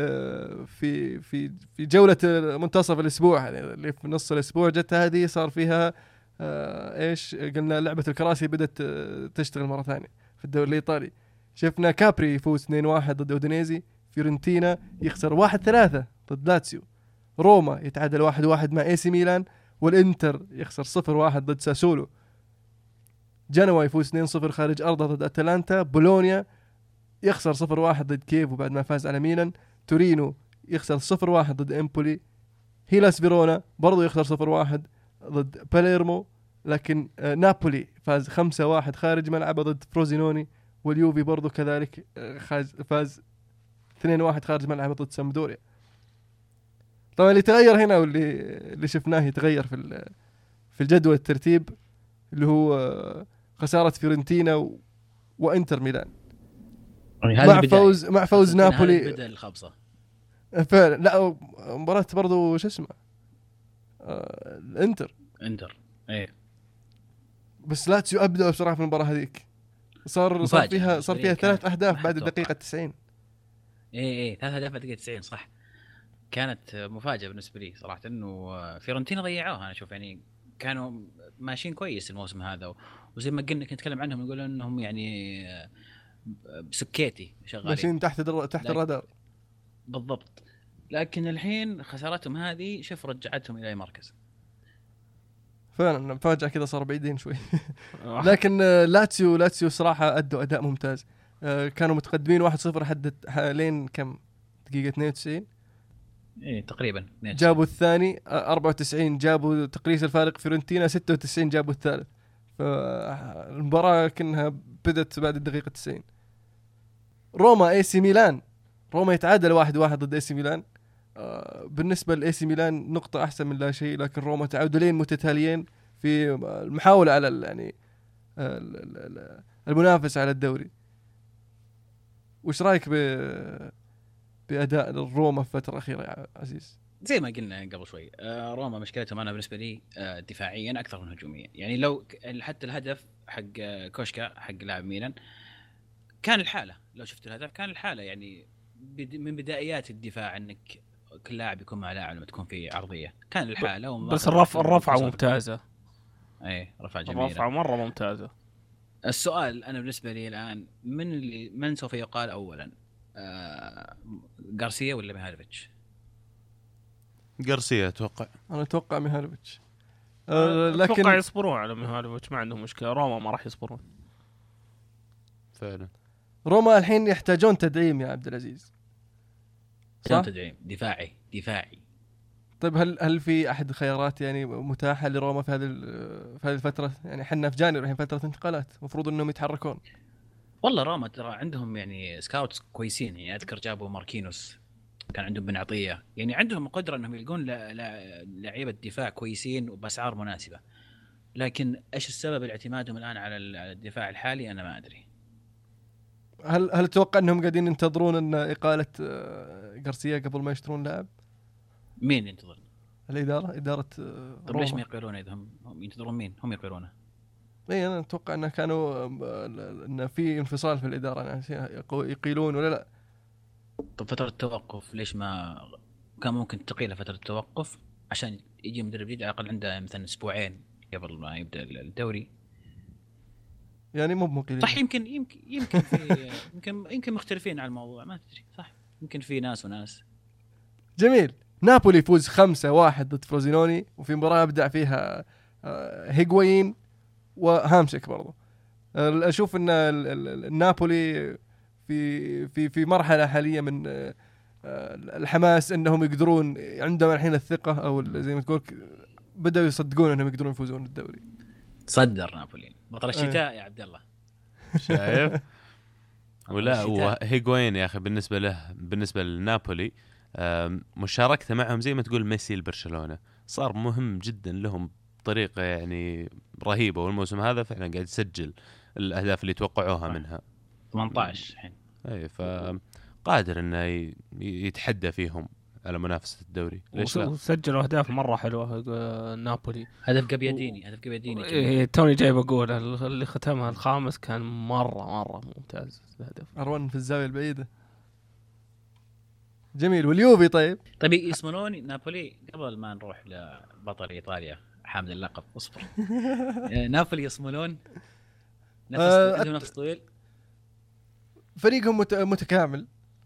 في جولة منتصف الأسبوع اللي في نص الأسبوع جت هذه، صار فيها إيش قلنا، لعبة الكراسي بدأت تشتغل مرة ثانية في الدوري الإيطالي. شفنا كابري يفوز 2-1 ضد أودينيزي، فيورنتينا يخسر 1-3 ضد لاتسيو، روما يتعادل 1-1 مع AC ميلان، والإنتر يخسر 0-1 ضد ساسولو، جنوا يفوز 2-0 خارج أرضه ضد أتلانتا، بولونيا يخسر 0-1 ضد كييف وبعد ما فاز على ميلان، تورينو يخسر 0-1 ضد إمبولي، هيلاس فيرونا برضو يخسر 0-1 ضد باليرمو، لكن نابولي فاز 5-1 خارج ملعبه ضد فروزينوني، واليوفي برضو كذلك فاز 2-1 خارج ملعبه ضد سامدوريا. طبعا اللي تغير هنا واللي شفناه يتغير في الجدول الترتيب، اللي هو خسارة فيورنتينا وإنتر ميلان مع فوز نابولي. بدأ الخبصة فعلا. لا مباراة برضو شو اسمه الانتر ايه، بس لاتسيو ابدع بصراحة في المباراة هذيك، صار فيها 3 أهداف بعد الدقيقة 90. ايه 3 أهداف بعد الدقيقة 90 صح. كانت مفاجأة بالنسبة لي صراحة انه فيورنتينا ضيعوها. انا اشوف يعني كانوا ماشيين كويس الموسم هذا، وزي ما كنت نتكلم عنهم نقول انهم يعني سكيتي شغالين ماشيين تحت الرادار بالضبط. لكن الحين خسارتهم هذه شوف رجعتهم الى مركز، فعلا مفاجأة كذا، صار بعيدين شوي. لكن لاتسيو صراحة أدوا أداء ممتاز. كانوا متقدمين 1-0 لين كم دقيقة 92 ايه تقريبا، جابوا الثاني 94 جابوا تقريص الفارق، فيورنتينا 96 جابوا الثالث. فالمباراة كأنها بدت بعد الدقيقة 90. روما AC ميلان، روما يتعادل 1-1 ضد AC ميلان. بالنسبة لAC ميلان نقطة أحسن من لا شيء، لكن روما تعادلين متتاليين في المحاولة على يعني المنافسة على الدوري. وش رأيك بأداء الروما في الفترة الأخيرة يا عزيز؟ زي ما قلنا قبل شوي روما مشكلتهم انا بالنسبه لي دفاعيا اكثر من هجوميا. يعني لو حتى الهدف حق كوشكا حق لاعب ميلان كان الحاله، لو شفت الهدف كان الحاله يعني من بدايات الدفاع انك كل لاعب يكون مع لاعب لما تكون في عرضيه، كان الحاله بس الرفعه ممتازه. اي رفعه جميله، الرفعه مره ممتازه. السؤال انا بالنسبه لي الان من سوف يقال اولا غارسيا ولا ميهالوفيتش؟ غارسيا اتوقع. انا اتوقع ميهالوفيتش. لكن لكن اتوقع يصبرون على ميهالوفيتش، ما عندهم مشكله. روما ما راح يصبرون فعلا. روما الحين يحتاجون تدعيم يا عبد العزيز، صح؟ تدعيم دفاعي. طيب هل في احد خيارات يعني متاحه لروما في هذه الفتره؟ يعني احنا في جانوري الحين فتره انتقالات، المفروض انهم يتحركون. والله روما ترى عندهم يعني سكاوتس كويسين. يعني اذكر جابوا ماركينوس، كان عندهم بن عطيه، يعني عندهم قدره انهم يلقون لعيبه دفاع كويسين وباسعار مناسبه. لكن ايش السبب اعتمادهم الان على الدفاع الحالي انا ما ادري. هل تتوقع انهم قاعدين ينتظرون ان اقاله غارسيا قبل ما يشترون لاعب؟ مين ينتظر؟ اداره طب ليش ما يقيلونه اذا هم ينتظرون؟ مين هم يقيلونه؟ اي انا اتوقع انه كانوا ان في انفصال في الاداره، يعني يقيلون ولا لا. طب فتره التوقف ليش ما كان ممكن تقيل فتره التوقف عشان يجي مدرب جديد على الاقل عنده مثلا اسبوعين قبل ما يبدا الدوري؟ يعني مو مقيلين. صح، يمكن في يمكن مختلفين على الموضوع، ما تدري. صح، يمكن في ناس وناس. جميل. نابولي يفوز 5-1 ضد فروزينوني، وفي مباراة أبدع فيها هيغوين وهامسك برضو. أشوف أن النابولي في مرحلة حالية من الحماس، أنهم يقدرون، عندهم الحين الثقة، أو زي ما تقول بدأوا يصدقون أنهم يقدرون يفوزون الدوري. صدر نابولي بطل الشتاء يا عبد الله. شايف؟ ولا وهيغوين يا أخي بالنسبة لنابولي مشاركته معهم زي ما تقول ميسي لبرشلونة، صار مهم جدا لهم بطريقة يعني رهيبة، والموسم هذا فعلا قاعد يسجل الأهداف اللي توقعوها منها 18 الحين. أي فقادر إنه يتحدى فيهم على منافسة الدوري. ليش لا؟ سجلوا أهداف مرة حلوة نابولي. هدف جابياديني توني جاي بقول اللي ختمها الخامس كان مرة ممتاز الهدف. أروان في الزاوية البعيدة. جميل. واليوفي طيب يسمونون نابولي قبل ما نروح لبطل إيطاليا حامل اللقب. اصبر. نابولي يسمونون نفس طويل، فريقهم متكامل،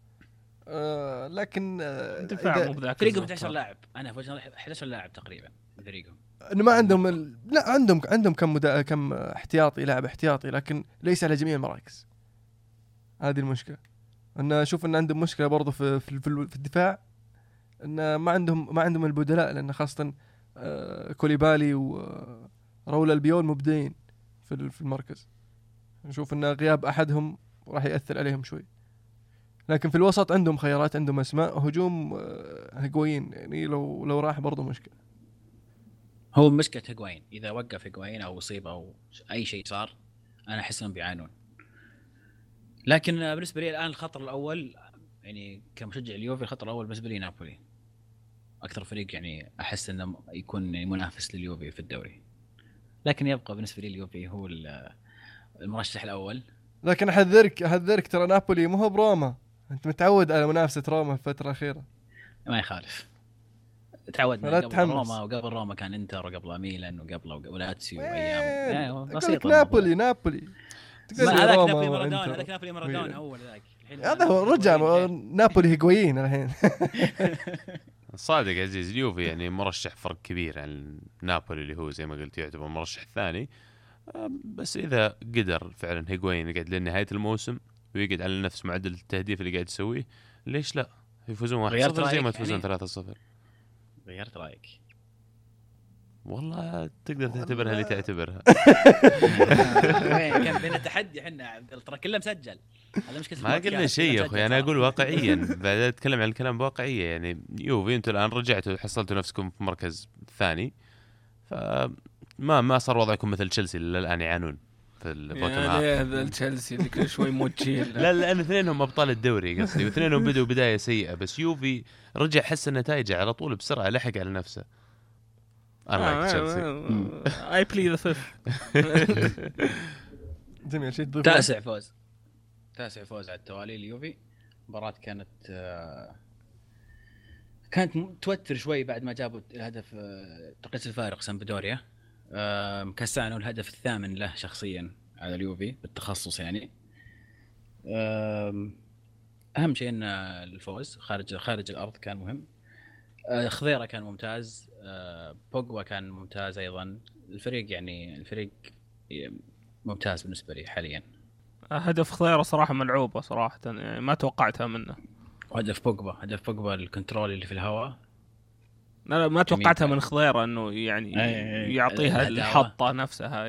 لكن دفاع مو بذاك. فريقهم 11 لاعب، انا فوجئنا 11 لاعب تقريبا فريقهم. انه ما عندهم لا عندهم كم احتياطي، لاعب احتياطي، لكن ليس على جميع المراكز. هذه المشكله. انا اشوف ان عندهم مشكله برضو في الدفاع، ان ما عندهم البدلاء، لان خاصه كوليبالي وراول البيون مبدعين في المركز. نشوف ان غياب احدهم راح ياثر عليهم شوي. لكن في الوسط عندهم خيارات، عندهم اسماء، هجوم هيغوين يعني لو راح برضو مشكله. هو مشكله هيغوين، اذا وقف هيغوين او اصيب او اي شيء صار انا احس انهم بيعانون. لكن بالنسبه لي الان الخطر الاول يعني كمشجع اليوفي، الخطر الاول بالنسبه لي نابولي، اكثر فريق يعني احس انه يكون منافس لليوفي في الدوري. لكن يبقى بالنسبه لي اليوفي هو المرشح الاول. لكن احذرك ترى نابولي مو هو بروما، انت متعود على منافسه روما الفتره الاخيره. ما يخالف، تعودنا قبل روما، وقبل روما كان انتر، وقبل ميلان، وقبل لاتسيو ايام بسيطه. نابولي هذاك نابولي مارادونا اول ذاك. هذا هو رجع نابولي هيغوين الحين. صادق عزيز، اليوفي يعني مرشح فرق كبير عن نابولي اللي هو زي ما قلت يعتبر المرشح الثاني. بس إذا قدر فعلا هيغوين يقعد لنهاية الموسم ويقعد على نفس معدل التهديف اللي قاعد يسويه، ليش لا يفوزون 1-0 زي ما تفوزون 3-0. غيرت رأيك؟ والله تقدر تعتبرها اللي تعتبرها. كان بين التحدي احنا ترى كله مسجل. هذا مشكلة. ما قلنا شيء يا اخوي، انا اقول واقعيا. بعد اتكلم عن الكلام بواقعيه. يعني يوفي انتوا الان رجعتوا حصلتوا نفسكم في مركز ثاني، فما صار وضعكم مثل تشيلسي اللي الان يعانون في البوتوم يا هاف. هذا تشيلسي اللي كل شوي موتشين. لا لأن اثنينهم أبطال الدوري قصدي، واثنينهم بدوا بداية سيئة، بس يوفي رجع حس النتائج على طول بسرعة، لحق على نفسه. أنا تشيلسي. I play the fifth. جميل شيء تضيف. تاسع فوز على التوالي اليوفي. مباراة كانت توتر شوي بعد ما جابوا الهدف تقيس الفارق سامبدوريا. كسانو الهدف الثامن له شخصيا على اليوفي بالتخصص يعني. أهم شيء أن الفوز خارج الأرض كان مهم. خضيرة كان ممتاز، بوجبا كان ممتاز أيضا. الفريق ممتاز بالنسبة لي حاليا. هدف خضيرة صراحة ملعوبة صراحة، يعني ما توقعتها منه. هدف بوجبا الكنترول اللي في الهواء، لا ما توقعتها من خضيرة انه يعني يعطيها الحطة نفسها.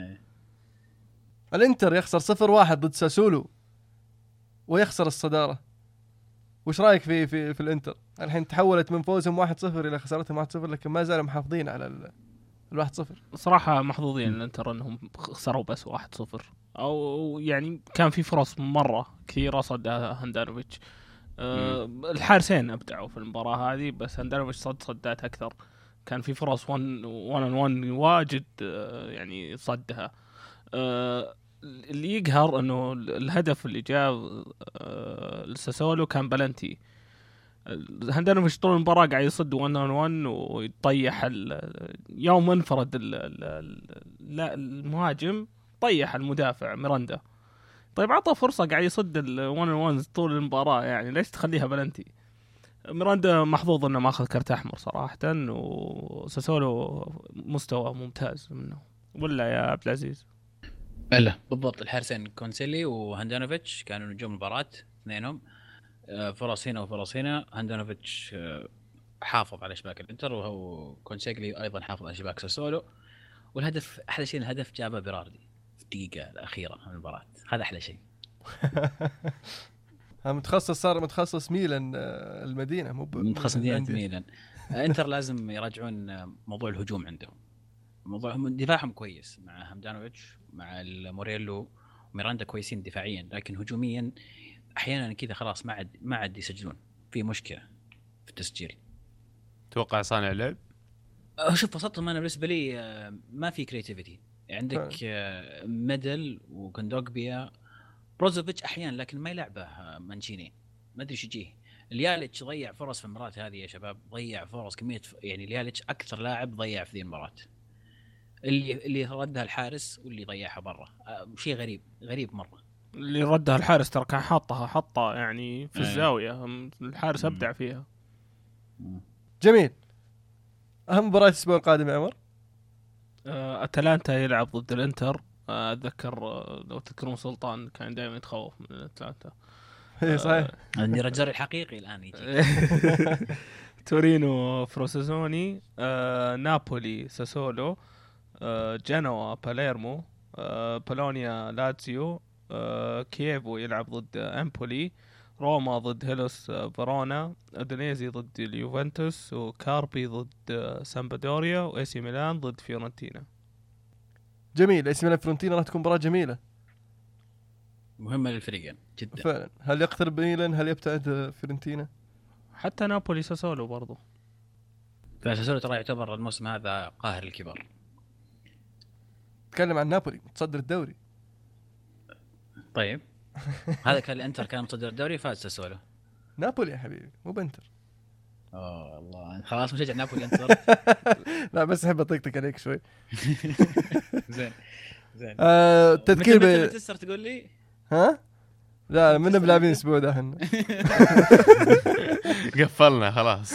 الانتر يخسر 0-1 ضد ساسولو ويخسر الصدارة. وش رايك في الانتر؟ الحين تحولت من فوزهم 1-0 الى خسارتهم 1-0، لكن ما زالوا محافظين على 1-0. صراحة محظوظين الانتر انهم خسروا بس 1-0، او يعني كان في فرص مرة كثيرة صدها هاندانوفيتش. الحارسين ابدعوا في المباراة هذه، بس هاندانوفيتش صدات اكثر. كان في فرص 1-1 واجد يعني صدها. اللي يقهر انه الهدف اللي جاء لساسولو كان بلنتي. هاندانوفيتش طول المباراة قاعد يصد 1-on-1 ويطيح يوم انفرد المهاجم طيح المدافع ميراندا. طيب عطى فرصة قاعد يصد ال1-on-1 طول المباراة، يعني ليش تخليها بلنتي؟ ميراندا محظوظ انه ما اخذ كرت احمر صراحة، وساسولو مستوى ممتاز منه، ولا يا عبد العزيز؟ لا بالضبط، الحارسين كونسيلي وهاندانوفيتش كانوا نجوم المباراة اثنينهم. فرص هنا وفرص هنا. هاندانوفيتش حافظ على شباك الانتر، وهو كونسيلي ايضا حافظ على شباك ساسولو. والهدف احلى شيء، الهدف جابه بيراردي في الدقيقة الأخيرة من المباراة، هذا احلى شيء. صار متخصص ميلان المدينة، مو متخصص مدينة ميلان. انتر لازم يراجعون موضوع الهجوم عندهم. موضوع دفاعهم كويس مع هامدانوفيتش مع موريلو وميراندا كويسين دفاعيا، لكن هجوميا احيانا كذا خلاص ما عاد يسجلون، في مشكلة في التسجيل. توقع صانع لعب؟ شوف وسطهم انا بالنسبة لي ما في كرياتيفيتي. عندك ميدل وكندوغبيا بروزوفيتش احيانا، لكن ما يلعبه مانشيني، ما ادري ايش يجيه. لياليتش ضيع فرص في المباراة هذه يا شباب، ضيع فرص كمية يعني لياليتش اكثر لاعب ضيع في ذي المباراة. اللي ردها الحارس واللي ضيعها برا، شيء غريب مرة. اللي ردها الحارس ترى كان حطها يعني في الزاوية، الحارس ابدع فيها. جميل. اهم مباراة الاسبوع القادم يا عمر؟ اتلانتا يلعب ضد الانتر. اتذكر لو تذكرون سلطان كان دائما يتخوف من اتلانتا. اي صحيح. عندي رجال الحقيقي الان يجي. تورينو فروسيزوني، نابولي ساسولو، جنوا باليرمو، بولونيا لاتسيو، كييفو يلعب ضد امبولي، روما ضد هيلوس فيرونا، ادونيزي ضد اليوفنتوس، وكاربي ضد سامبدوريا، وايسي ميلان ضد فيورنتينا. جميل. ايسي ميلان فيورنتينا راح تكون مباراة جميلة مهمة للفريقين جدا فعلا. هل يقترب ميلان؟ هل يبتعد فيورنتينا؟ حتى نابولي ساسولو برضو. فساسولو ترى يعتبر الموسم هذا قاهر الكبار. تكلم عن نابولي متصدر الدوري. طيب هذا كان الانتر كان متصدر الدوري، فاز ساسولو. نابولي يا حبيبي مو بنتر. الله خلاص مشجع نابولي انتر. لا بس احب اطقطق عليك شوي. زين تذكير تسر تقول لي ها؟ لا من بلاعبين اسبوع داهن. قفلنا خلاص.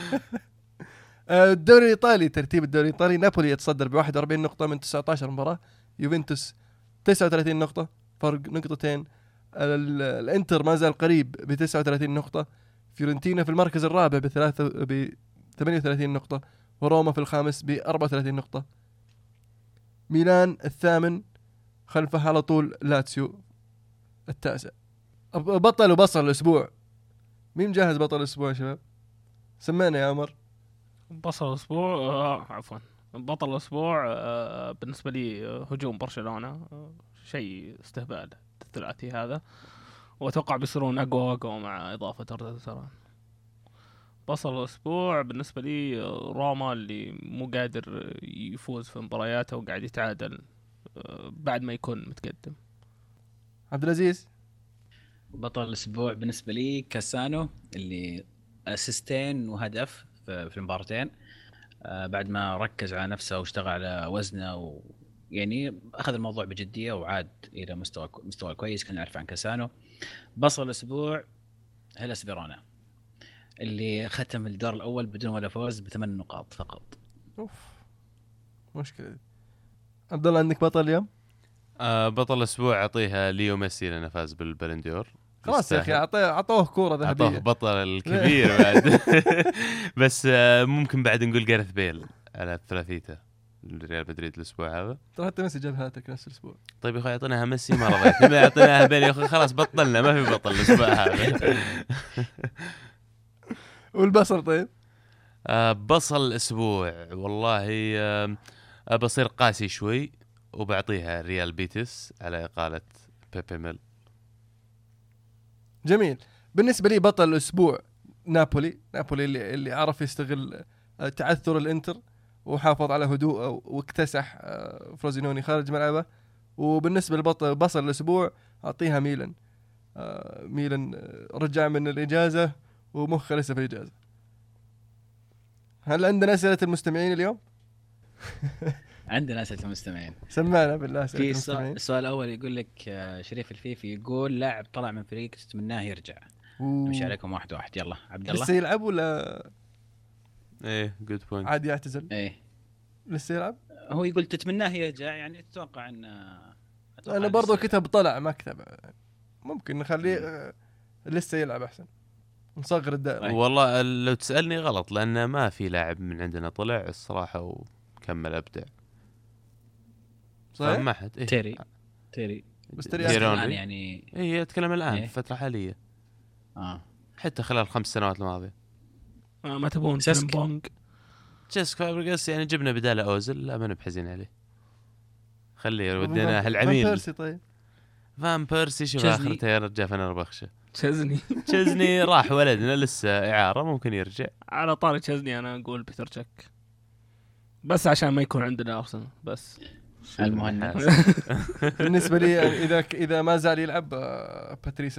الدوري الايطالي، ترتيب الدوري الايطالي: نابولي يتصدر ب41 نقطة من 19 مباراة، يوفنتوس 39 نقطة فرق نقطتين، الانتر ما زال قريب ب39 نقطة، فيورنتينا في المركز الرابع ب 38 نقطة، وروما في الخامس ب34 نقطة، ميلان الثامن، خلفه على طول لاتسيو التاسع. بطل وبصل الأسبوع، مين مجهز بطل الأسبوع يا شباب؟ سمعنا يا عمر. بطل الأسبوع عفوا بطل الأسبوع بالنسبة لي هجوم برشلونة. شيء استهبال الثلاثي هذا، وأتوقع بيصيرون أقوى وأقوى مع إضافة أردا توران. بصل الأسبوع بالنسبة لي روما، اللي مو قادر يفوز في مبارياته وقاعد يتعادل بعد ما يكون متقدم. عبد العزيز. بطل الاسبوع بالنسبه لي كاسانو، اللي اسيستين وهدف في المباراتين، بعد ما ركز على نفسه واشتغل على وزنه يعني اخذ الموضوع بجديه وعاد الى مستوى كويس كنا نعرف عن كاسانو. بصل الاسبوع هيلاس فيرونا، اللي ختم الدور الاول بدون ولا فوز ب8 نقاط فقط. اوف مشكله. عبد الله عندك بطل اليوم؟ بطل الاسبوع اعطيها ليو ميسي لانه فاز بالبلندور. خلاص يا اخي اعطوه كوره ذهبيه، اعطوه بطل الكبير بعد. بس ممكن بعد نقول جارث بيل على ثلاثيته ريال مدريد الاسبوع هذا. ترى حتى ميسي جاب هاتك نفس الاسبوع. طيب يا اخوي اعطيناها ميسي ما رضيت، لما اعطيناها بيل يا اخوي خلاص بطلنا، ما في بطل الاسبوع هذا. والبصل طيب؟ بصل الاسبوع والله بصير قاسي شوي وبعطيها ريال بيتس على اقاله بيبي ميل. جميل. بالنسبه لي بطل الاسبوع نابولي اللي عرف يستغل تعثر الانتر وحافظ على هدوءه واكتسح فروزينوني خارج ملعبه. وبالنسبه لبطل بصل الاسبوع اعطيها ميلان. ميلان رجع من الاجازه ومخه لسه في الاجازه. هل عندنا اسئله المستمعين اليوم؟ عندنا اسئله المستمعين، سمعنا بالله اسئله في المستمعين. السؤال الاول يقول لك شريف الفيفي يقول لاعب طلع من فريق تتمناه يرجع. نمشي عليكم واحد واحد. يلا عبد الله. لسه يلعب ولا ايه جود بوينت. عادي يعتزل؟ ايه لسه يلعب. هو يقول تتمناه يرجع، يعني تتوقع ان انا برضو كتب طلع ما كتب، ممكن نخليه لسه يلعب احسن، نصغر الدائره. والله لو تسالني غلط، لان ما في لاعب من عندنا طلع الصراحه وكمل ابدع. صحيح. ما حد. تيري بس الان يعني ايه اتكلم الان إيه؟ في فتره حاليه. حتى خلال 5 سنوات الماضيه. ما تبون بونج تشيسك فابريغاس يعني جبنا بداله اوزل، لا ما نبحزين عليه، خليه ودينا العميل. فان بيرسي. طيب فان بيرسي شوف اخرته يرجع فنربخشه. تشزني راح ولدنا لسه اعاره ممكن يرجع. على طاري تشزني انا اقول بيتر تشيك، بس عشان ما يكون عندنا ارسنال بس. المهند. بالنسبه لي اذا ما زال يلعب باتريس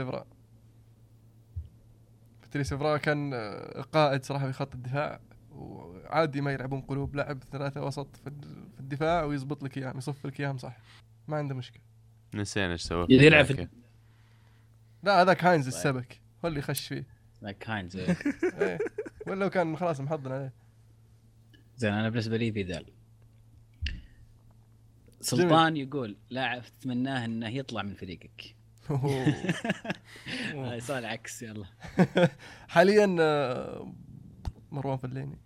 إفرا كان قائد صراحه في خط الدفاع، وعادي ما يلعبون قلوب، لعب 3 وسط في الدفاع ويزبط لك اياهم، يصف لك اياهم صح، ما عنده مشكله. نسينا ايش سوى. يلعب في لا هذاك هاينز السبك هو اللي خش فيه. ذاك هاينز. ايه ولا كان خلاص محضن عليه. زين انا بالنسبه لي فيدال. سلطان يقول لاعب تتمناه انه يطلع من فريقك. سؤال عكس. يلا حاليا مروان فليني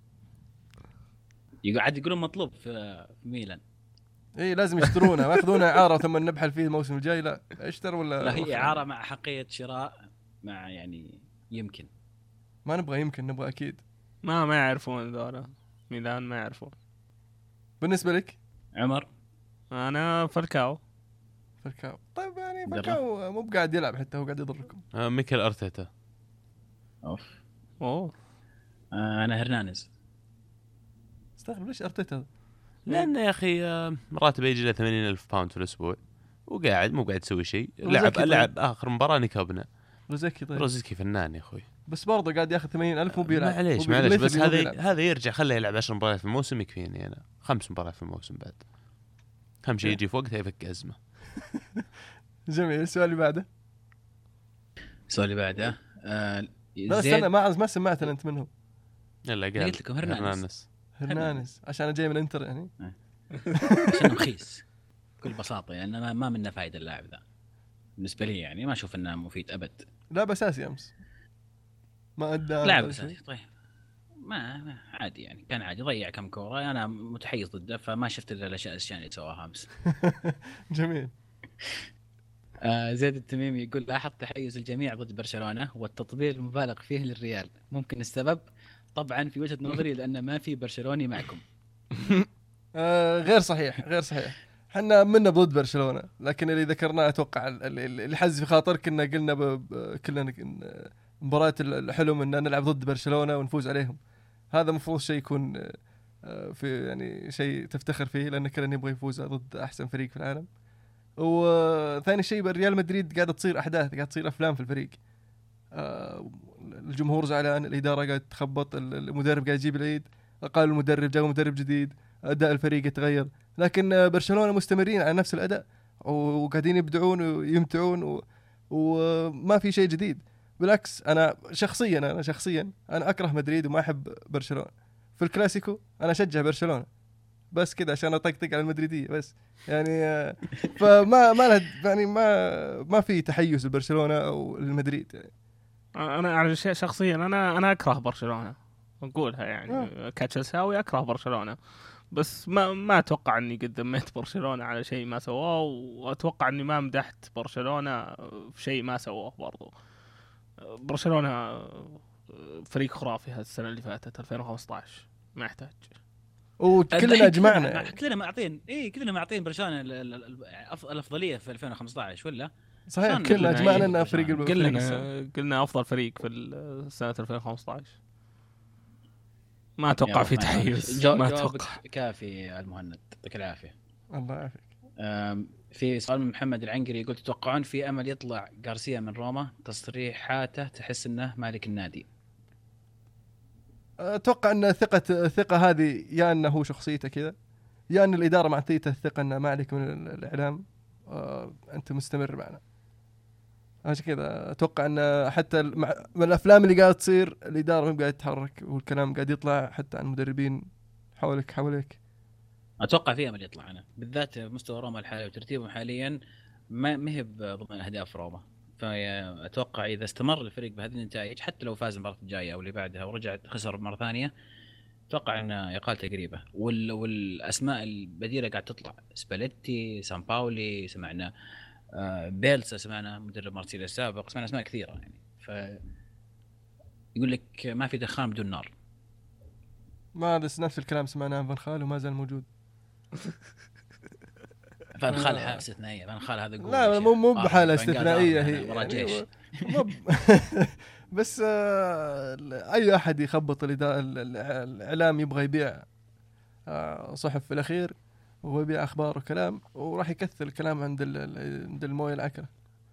يقعد يقولون مطلوب في ميلان. ايه لازم يشترونه، ما ياخذونه اعاره ثم نبحل فيه الموسم الجاي. لا اشتر ولا لا هي اعاره مع حقيه شراء، مع يعني يمكن ما نبغى، يمكن نبغى اكيد. ما يعرفون ذولا ميلان، ما يعرفون. بالنسبه لك عمر؟ انا فالكاو. طيب يعني فالكاو مو قاعد يلعب حتى، هو قاعد يضركم. ميكل ارتيتا. اوه انا هرنانز. استغرب ليش ارتيتا؟ لانه يا اخي راتبه يجي له 80,000 باوند في الاسبوع وقاعد مو قاعد يسوي شيء. لعب اخر مباراه نيكوبنا. روزيكي. طيب روزيكي فنان يا اخوي، بس برضه قاعد ياخذ 80,000 مو بيلعب. معليش بس هذا يرجع خليه يلعب 10 مباريات في الموسم يكفيني انا. 5 مباريات في الموسم بعد، اهم شيء يجي في وقتها يفك ازمه. جميل. السؤال اللي بعده. بس انا ما سمعت انت منهم. يلا قلت لكم هرنانز عشان جاي من انتر يعني. عشان رخيص بكل بساطه، يعني انا ما منه فايده اللاعب ذا بالنسبه لي، يعني ما اشوف انه مفيد ابد. لا بساسي امس ما ادى لاعب اساسي. طيب ما عادي يعني، كان عادي ضيع كم كوره، انا متحيز ضده فما شفت الا الاشياء اللي سواها امس. جميل. زيد التميمي يقول لاحظ تحيز الجميع ضد برشلونه والتطبيل المبالغ فيه للريال، ممكن السبب طبعا في وجهه نظري لان ما في برشلوني معكم. غير صحيح. حنا منا ضد برشلونة، لكن اللي ذكرناه أتوقع اللي حز في خاطر كنا قلنا كلنا مباراة الحلم أن نلعب ضد برشلونة ونفوز عليهم. هذا مفروض شيء يكون في يعني شيء تفتخر فيه، لأن كلنا نبغى يفوز ضد أحسن فريق في العالم. وثاني شيء بريال مدريد قاعدة تصير أحداث، قاعدة تصير أفلام في الفريق. الجمهور زعلان، الإدارة قاعدة تخبط، المدرب قاعد يجيب العيد، قالوا المدرب جاء مدرب جديد، أداء الفريق يتغير، لكن برشلونة مستمرين على نفس الأداء وقاعدين يبدعون ويمتعون وما في شيء جديد. بالعكس أنا شخصيا أنا أكره مدريد وما أحب برشلونة. في الكلاسيكو أنا أشجع برشلونة بس كذا عشان أطقطق على المدريدية بس يعني. فما يعني ما في تحيز لبرشلونة أو للمدريد يعني. انا على شيء شخصيا انا اكره برشلونة، نقولها يعني كتشلساوي اكره برشلونة، بس ما اتوقع اني قدمت برشلونة على شيء ما سواه، واتوقع اني ما مدحت برشلونة في شيء ما سواه برضو. برشلونة فريق خرافي هذه السنة اللي فاتت 2015 ما يحتاج. وكلنا اجمعنا يعني. كلنا معطين برشلونة الافضلية في 2015 ولا صحيح، كلنا اجمعنا ان فريق قلنا افضل فريق في سنة 2015. ما اتوقع في تحيز، ما اتوقع. كافي المهند، يعطيك العافيه. الله يعافيك. في سؤال من محمد العنقري يقول تتوقعون في امل يطلع غارسيا من روما؟ تصريحاته تحس انه مالك النادي. اتوقع ان الثقه هذه يا انه هو شخصيته كذا، يا ان الاداره معطيته الثقه انه ما عليك من الاعلام، انت مستمر معنا. عشان كذا اتوقع ان حتى من الافلام اللي قاعده تصير الاداره ما قاعده تتحرك، والكلام قاعد يطلع حتى عن المدربين حولك. اتوقع في امل يطلع، انا بالذات مستوى روما الحالي وترتيبهم حاليا ما هي ضمن اهداف روما. فاتوقع اذا استمر الفريق بهذه النتائج، حتى لو فاز المباراه الجايه او اللي بعدها ورجع خسر مره ثانيه، اتوقع ان اقالته قريبه. والاسماء البديله قاعد تطلع، سباليتي، سان باولي، سمعنا بيلسا، سمعنا مدرب مارسيليا السابق، سمعنا اسماء كثيره يعني. ف يقول لك ما في دخان بدون نار. ما بس نفس الكلام سمعناه عن فان خال وما زال موجود. فان خال حالة استثنائية. فان خال هذا لا مو بحالة استثنائية هي يعني بس أي أحد يخبط الإعلام يبغى يبيع صحف في الأخير ويبيع أخبار وكلام، وراح يكثر الكلام عند الموية العكرة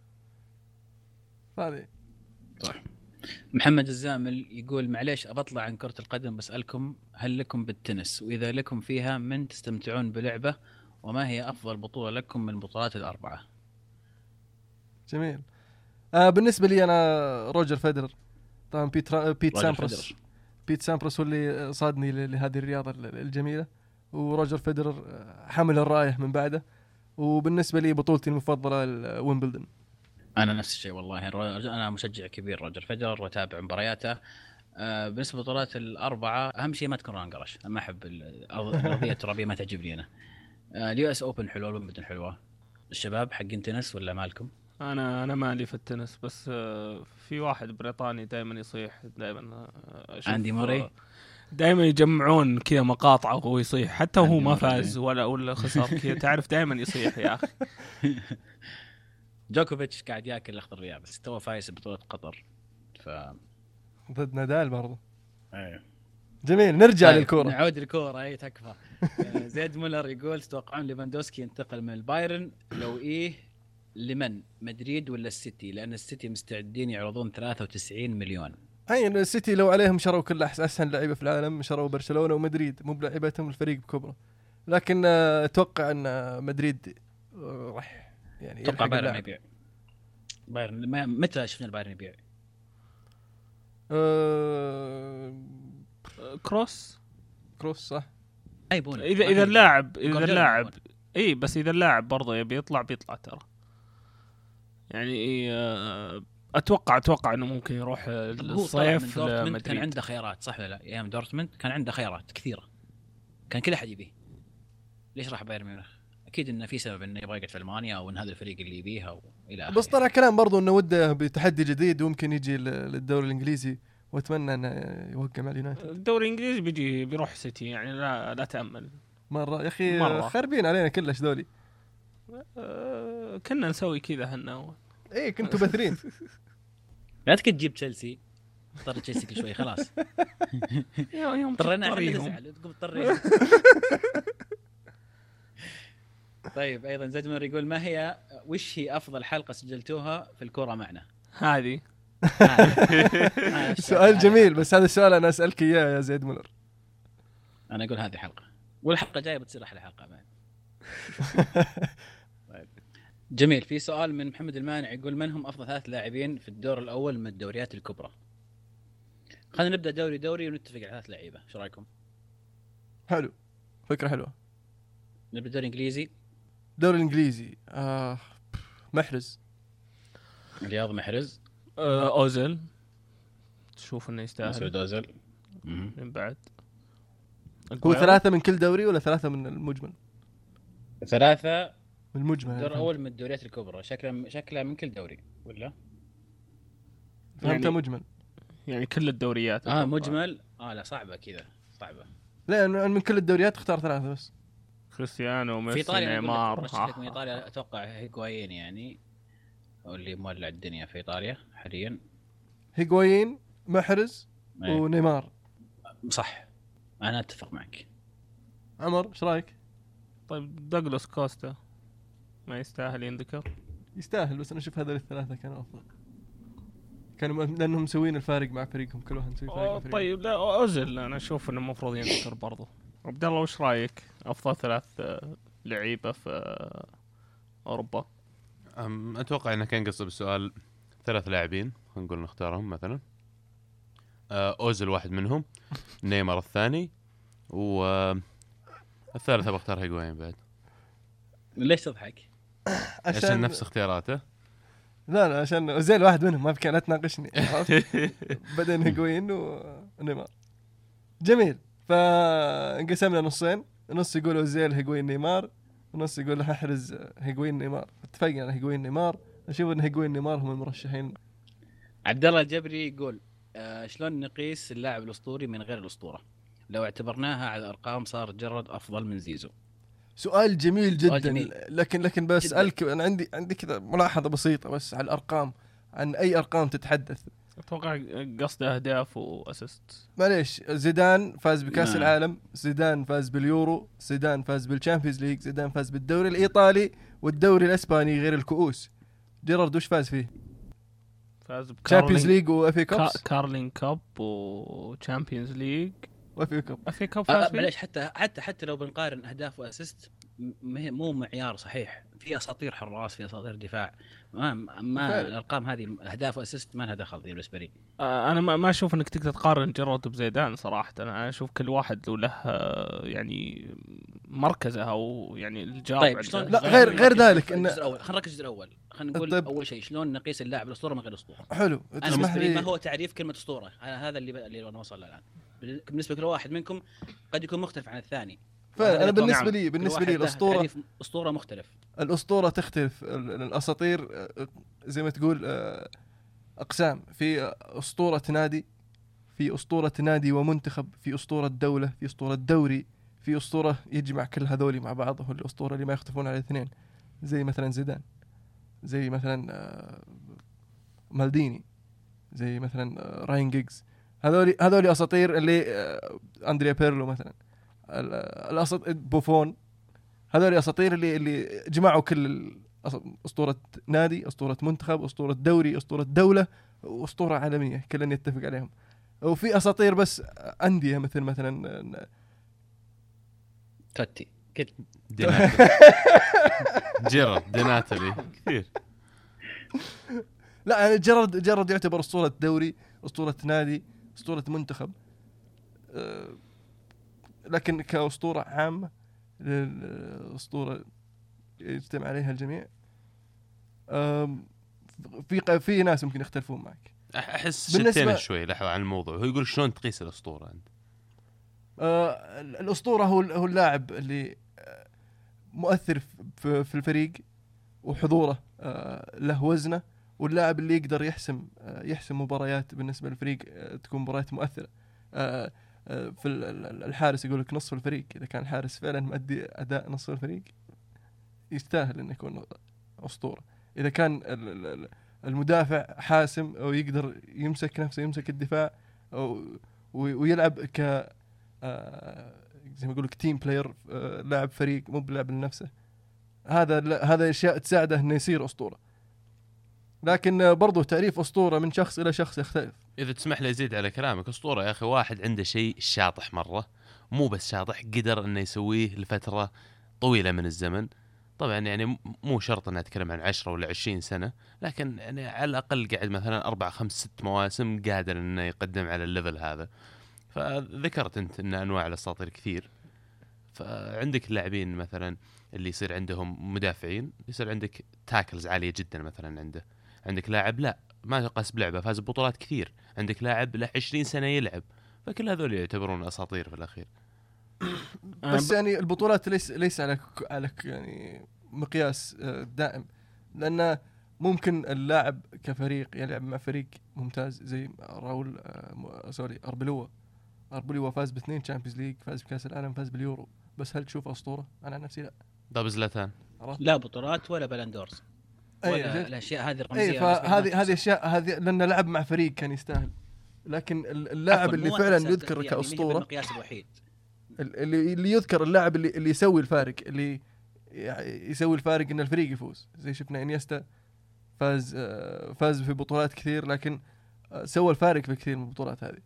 هذه. صح. محمد الزامل يقول معليش أبطلع عن كرة القدم، بسألكم هل لكم بالتنس، وإذا لكم فيها من تستمتعون بلعبة، وما هي أفضل بطولة لكم من البطولات الأربعة؟ جميل. بالنسبة لي أنا روجر فيدرر طبعا. بيت سامبرس هو اللي صادني لهذه الرياضة الجميلة، وروجر فيدرر حمل الراية من بعده. وبالنسبة لي بطولتي المفضلة ويمبلدون. أنا نفس الشيء والله، أنا مشجع كبير روجر فيدرر وتابع مبارياته. بالنسبة للبطولات الأربعة أهم شيء ما تكون ران جراش، ما أحب الأرضية الترابية، ما تعجبني أنا. اليو اس اوبن حلوه، ويمبلدون حلوه. الشباب حقين تنس ولا مالكم؟ انا مالي في التنس، بس في واحد بريطاني دائما يصيح، دائما عندي موري دائما يجمعون كذا مقاطع وهو يصيح، حتى هو ما فاز ولا خسر كذا تعرف دائما يصيح يا اخي. جوكوفيتش قاعد ياكل الاخضر رياء، بس تو فايز بطولة قطر ضد نادال برضه. ايوه جميل. نرجع للكورة، نعود للكورة. اي تكفى. زيد مولر يقول تتوقعون ليفاندوسكي ينتقل من البايرن؟ لو لمن؟ مدريد ولا السيتي؟ لأن السيتي مستعدين يعرضون 93 مليون. أي السيتي لو عليهم شروا كل أحسن لعيبة في العالم، شروا برشلونة ومدريد، مو بلعيبتهم الفريق بكبره. لكن أتوقع أن مدريد راح يعني أتوقع بايرن يبيع. بايرن متى شفنا البايرن يبيع؟ كروس صح. إذا اللاعب اي بس اذا اللاعب برضه يبي يطلع بيطلع ترى يعني. اتوقع انه ممكن يروح الصيف لمدريد. كان عنده خيارات صح ولا لا؟ ايام دورتموند كان عنده خيارات كثيره، كان كل احد يبيه. ليش راح بايرن ميونخ؟ اكيد انه في سبب انه يبغى يقعد في المانيا، او ان هذا الفريق اللي يبيها والى اخره. بس طلع كلام برضه انه وده بتحدي جديد وممكن يجي للدوري الانجليزي، واتمنى انه يوقع مع اليونايتد. الدوري الانجليزي بيروح سيتي يعني، لا تامل مره يا اخي خربين علينا كلش دولي. كنا نسوي كذا هنا. ايه كنتوا بثرين. لا تجيب تشيلسي، اضطر تشيلسي كل شوي خلاص. يوم اضطرينا احنا تضطريهم. نزعل تقوم تضطر. طيب ايضا زيد منور يقول ما هي وش هي افضل حلقه سجلتوها في الكوره معنا؟ هذه سؤال جميل، بس هذا السؤال انا اسالك اياه يا زيد مولر. انا اقول هذه حلقه، والحلقه جايه بتصير احلى حلقه بعد. طيب جميل. في سؤال من محمد المانع يقول من هم افضل 3 لاعبين في الدور الاول من الدوريات الكبرى؟ خلينا نبدا دوري ونتفق على 3 لعيبه، ايش رايكم؟ حلو، فكره حلوه. نبدا دوري انجليزي. الدوري الانجليزي محرز. رياض محرز. اوزيل تشوف انه مسعود يستاهل اوزيل. من بعد. هو 3 من كل دوري ولا 3 من المجمل؟ 3 من المجمل. الدور الاول من الدوريات الكبرى، شكلها من كل دوري ولا؟ فهمت يعني- مجمل. يعني كل الدوريات. مجمل. لا صعبه كذا، صعبه. لا من كل الدوريات اختار 3 بس. كريستيانو في وميسي ايطاليا نيمار. رشحك من ايطاليا اتوقع هيغوايين، يعني هو اللي مولع الدنيا في ايطاليا حاليا. هيغوايين، محرز إيه. ونيمار. صح، انا اتفق معك. عمر ايش رايك؟ طيب دوغلاس كوستا ما يستاهل ينذكر؟ يستاهل، بس انا اشوف هذول الثلاثه كانوا افضل. كانوا لانهم مسوين الفارق مع فريقهم، كل واحد مسوي فارق مع فريقه. طيب لا اوزيل انا اشوف انه المفروض ينذكر برضو. عبد الله وش رايك؟ افضل 3 لعيبه في اوروبا؟ اتوقع انه كان قصده بالسؤال 3 لاعبين، خلينا نقول نختارهم مثلا. اوزيل واحد منهم، نيمار الثاني، الثالث بختار هيغوايين بعد. ليش تضحك؟ عشان نفس اختياراته. لا عشان اوزيل واحد منهم، ما بكان لا تناقشني. بعدين هيغوايين ونيمار. جميل. فانقسمنا نصين، نص يقول اوزيل هيغوايين نيمار، ونص يقول محرز هيغوايين نيمار. اتفقنا على هيغوايين نيمار. اشوف ان هيغوايين نيمار هم المرشحين. عبد الله الجبري يقول شلون نقيس اللاعب الاسطوري من غير الاسطوره؟ لو اعتبرناها على الارقام صار جرد افضل من زيزو. سؤال جميل جدا. جميل. لكن بسألك انا عندي كذا ملاحظه بسيطه بس على الارقام. عن اي ارقام تتحدث؟ اتوقع قصده اهداف واسيست. معليش، زيدان فاز بكاس نعم. العالم، زيدان فاز باليورو، زيدان فاز بالشامبيونز ليج، زيدان فاز بالدوري الايطالي والدوري الاسباني غير الكؤوس. جيرارد وش فاز فيه؟ فاز شامبيونز بكارلين ليج وافي كابس كارلين كاب وشامبيونز ليج. وافي كاب. افي كاب فاز فيه. معليش، حتى لو بنقارن اهداف واسيست مو معيار صحيح. في اساطير حراس، في اساطير دفاع. ما الارقام هذه اهداف واسيست ما لها دخل بالنسبه لي. انا ما اشوف انك تقدر تقارن جيرارد بزيدان صراحه. انا اشوف كل واحد له يعني مركزه او يعني الجاب. طيب عنده. شلون؟ لا، غير ذلك الجزء الاول، خلينا نركز الجزء الاول. خلينا نقول طيب. اول شيء شلون نقيس اللاعب الاسطوره من غير اسطوره. حلو. انا تسمح بالنسبه لي ما لي هو تعريف كلمه اسطوره. هذا اللي انا وصل له الان. بالنسبه لكل واحد منكم قد يكون مختلف عن الثاني. فانا بالنسبه نعم. لي كل واحد له الاسطوره، تعريف اسطوره مختلف. الاسطوره تختلف. الاساطير زي ما تقول اقسام. في اسطوره نادي، في اسطوره نادي ومنتخب، في اسطوره دوله، في اسطوره دوري، في اسطوره يجمع كل هذولي مع بعض. هو الاسطوره اللي ما يختلفون على الاثنين، زي مثلا زيدان، زي مثلا مالديني، زي مثلا راين جيجز. هذولي اساطير. اللي اندريا بيرلو مثلا، الاساطير بوفون. هذول اساطير اللي جمعوا كل اسطوره نادي، اسطوره منتخب، اسطوره دوري، اسطوره دوله، واسطوره عالميه كلنا يتفق عليهم. وفي اساطير بس انديه مثلا توتي كده. جيرارد ديناتالي كثير. لا يعني جيرارد يعتبر اسطوره دوري، اسطوره نادي، اسطوره منتخب. لكن كاسطوره عامه، الاسطوره يجتمع عليها الجميع. في ناس ممكن يختلفون معك. احس شتينا شوي لحظه عن الموضوع. هو يقول شلون تقيس الاسطوره انت؟ الاسطوره هو اللاعب اللي مؤثر في الفريق وحضوره له وزنه، واللاعب اللي يقدر يحسم مباريات بالنسبه للفريق، تكون مباريات مؤثره. في الحارس يقول لك نصف الفريق. اذا كان الحارس فعلا مؤدي اداء نصف الفريق يستاهل انه يكون اسطوره. اذا كان المدافع حاسم او يقدر يمسك نفسه، يمسك الدفاع ويلعب ك زي ما يقولوا تيم بلاير، لاعب فريق مو بلاعب لنفسه، هذا اشياء تساعده انه يصير اسطوره. لكن برضو تعريف اسطوره من شخص الى شخص يختلف. اذا تسمح لي ازيد على كلامك، اسطوره يا اخي واحد عنده شيء شاطح مره، مو بس شاطح، قدر انه يسويه لفتره طويله من الزمن. طبعا يعني مو شرط ان اتكلم عن 10 ولا 20 سنه، لكن يعني على الاقل قاعد مثلا 4 5 6 مواسم قادر انه يقدم على الليفل هذا. فذكرت انت ان انواع الاساطير كثير. فعندك اللاعبين مثلا اللي يصير عندهم مدافعين، يصير عندك تاكلز عاليه جدا مثلا. عندك لاعب لا ما تقاس بلعبه، فاز ببطولات كثير. عندك لاعب له 20 سنه يلعب، فكل هذول يعتبرون اساطير في الاخير. بس يعني البطولات ليس على يعني مقياس دائم، لأن ممكن اللاعب كفريق يلعب مع فريق ممتاز زي راول أربلوا فاز ب2 تشامبيونز ليج، فاز بكأس العالم، فاز باليورو، بس هل تشوف أسطورة؟ أنا عن نفسي لا. طب زلاتان لا بطولات ولا بلندورز ولا الاشياء هذه الرمزيه. فهذه اشياء، هذه لانه لعب مع فريق كان يستاهل. لكن اللاعب اللي فعلا يذكر يعني كاسطوره، المقياس الوحيد اللي يذكر اللاعب اللي يسوي الفارق، اللي يسوي الفارق ان الفريق يفوز. زي شفنا انيستا فاز في بطولات كثير، لكن سوى الفارق في كثير من البطولات هذه.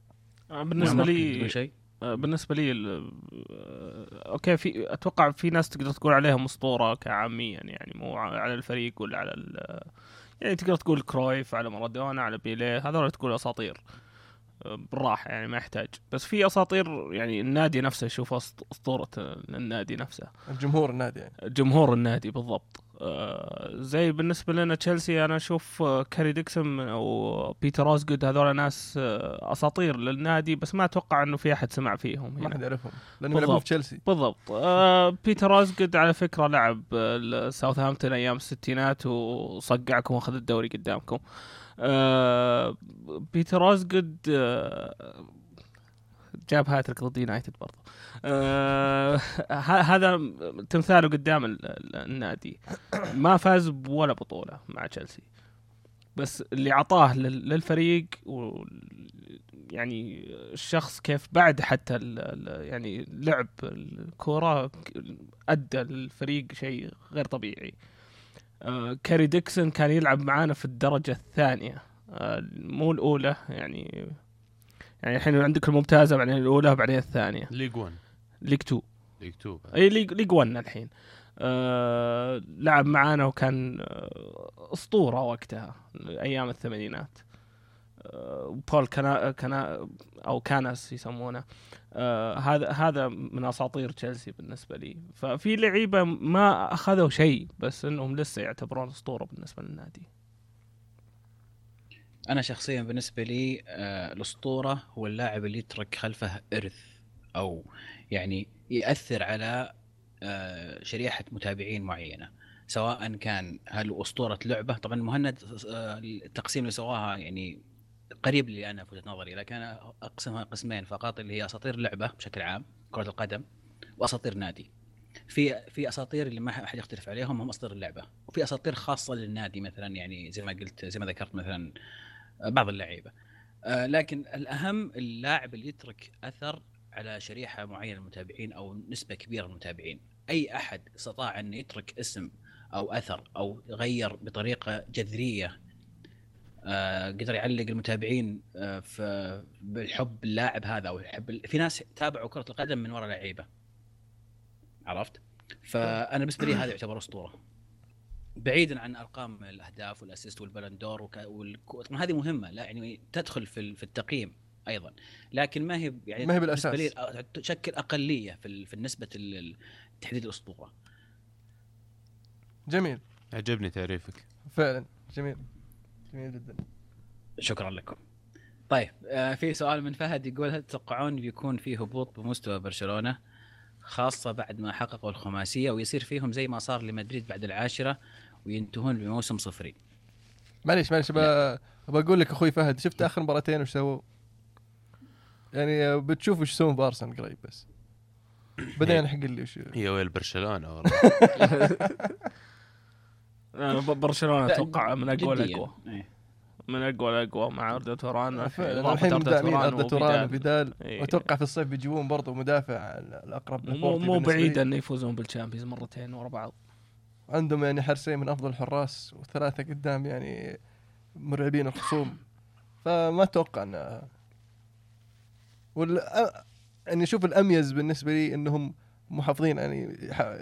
بالنسبه لي اوكي، في اتوقع في ناس تقدر تقول عليهم اسطوره كعاميا، يعني مو على الفريق ولا على يعني تقدر تقول كرويف، على مارادونا، على بيليه، هذول تقول اساطير بالراحه يعني ما يحتاج. بس في اساطير يعني النادي نفسه يشوف اسطوره النادي نفسه، الجمهور النادي، يعني جمهور النادي بالضبط. زي بالنسبه لنا تشيلسي، انا اشوف كاري ديكسون او بيتر روزجود، هذول ناس اساطير للنادي، بس ما اتوقع انه في احد سمع فيهم هنا، ما حد يعرفهم لانه يلعبوا في تشيلسي. بالضبط. بيتر روزجود على فكره لعب ساوثهامبتون ايام الستينات وصقعكم واخذ الدوري قدامكم. بيتر روزجود جاب هاتريك ضد يونايتد برضه. هذا تمثاله قدام النادي، ما فاز بولا بطولة مع تشيلسي، بس اللي عطاه للفريق يعني الشخص كيف بعد حتى يعني لعب الكرة أدى الفريق شيء غير طبيعي. كاري ديكسون كان يلعب معانا في الدرجة الثانية، مو الأولى، يعني الحين عندك الممتازة بعدين الأولى بعدين الثانية، ليج 1 ليج 2 اي ليج 1 الحين. لعب معانا وكان أسطورة وقتها أيام الثمانينات. بول كاناس يسمونه. هذا من أساطير تشيلسي بالنسبة لي. ففي لعيبة ما أخذوا شيء بس إنهم لسه يعتبرون أسطورة بالنسبة للنادي. أنا شخصيا بالنسبة لي الأسطورة هو اللاعب اللي يترك خلفه إرث، أو يعني يأثر على شريحة متابعين معينة، سواء كان هل أسطورة لعبة. طبعا مهند التقسيم اللي سواها يعني قريب لي أنا في وجهة نظري، لكن أنا أقسمها قسمين فقط، اللي هي أساطير لعبة بشكل عام كرة القدم، وأساطير نادي. في أساطير اللي ما حد يختلف عليهم هم أساطير اللعبة، وفي أساطير خاصة للنادي مثلا، يعني زي ما قلت زي ما ذكرت مثلا بعض اللعيبة. لكن الأهم اللاعب اللي يترك أثر على شريحة معينة المتابعين أو نسبة كبيرة من المتابعين. أي أحد استطاع أن يترك اسم أو أثر أو غير بطريقة جذرية، قدر يعلق المتابعين بالحب اللاعب هذا، أو الحب. في ناس تابعوا كرة القدم من وراء لعيبة، عرفت؟ فأنا بالنسبة لي هذا يعتبر أسطورة، بعيدا عن أرقام الأهداف والأسيست والبلندور طبعا هذه مهمة، لا يعني تدخل في التقييم أيضا، لكن ما هي يعني ما هي بالأساس، تشكل أقلية في النسبة تحديد الأسطورة. جميل، عجبني تعريفك فعلا جميل جدا، شكرا لكم. طيب في سؤال من فهد يقول: هل تتوقعون بيكون فيه هبوط بمستوى برشلونة، خاصة بعد ما حققوا الخماسية، ويصير فيهم زي ما صار لمدريد بعد العاشرة وينتهون بموسم صفري؟ معليش بقول لك أخوي فهد، شفت آخر مباراتين وش سووا؟ يعني بتشوف وش سووا بارسنال قريب بس. بعدين حق اللي وش هي ويل برشلونه والله. برشلونه لا، اتوقع من اقوى جدياً. الاقوى، إيه. من اقوى الاقوى مع أردا توران. الحين مدعمين أردا توران وفيدال، إيه. واتوقع في الصيف بيجيبون برضو مدافع الاقرب مو بعيد ان يفوزون بالشامبيونز مرتين ورا بعض. عندهم يعني حارسين من افضل الحراس وثلاثه قدام يعني مرعبين الخصوم. فما اتوقع ان اني اشوف الاميز بالنسبه لي انهم محافظين يعني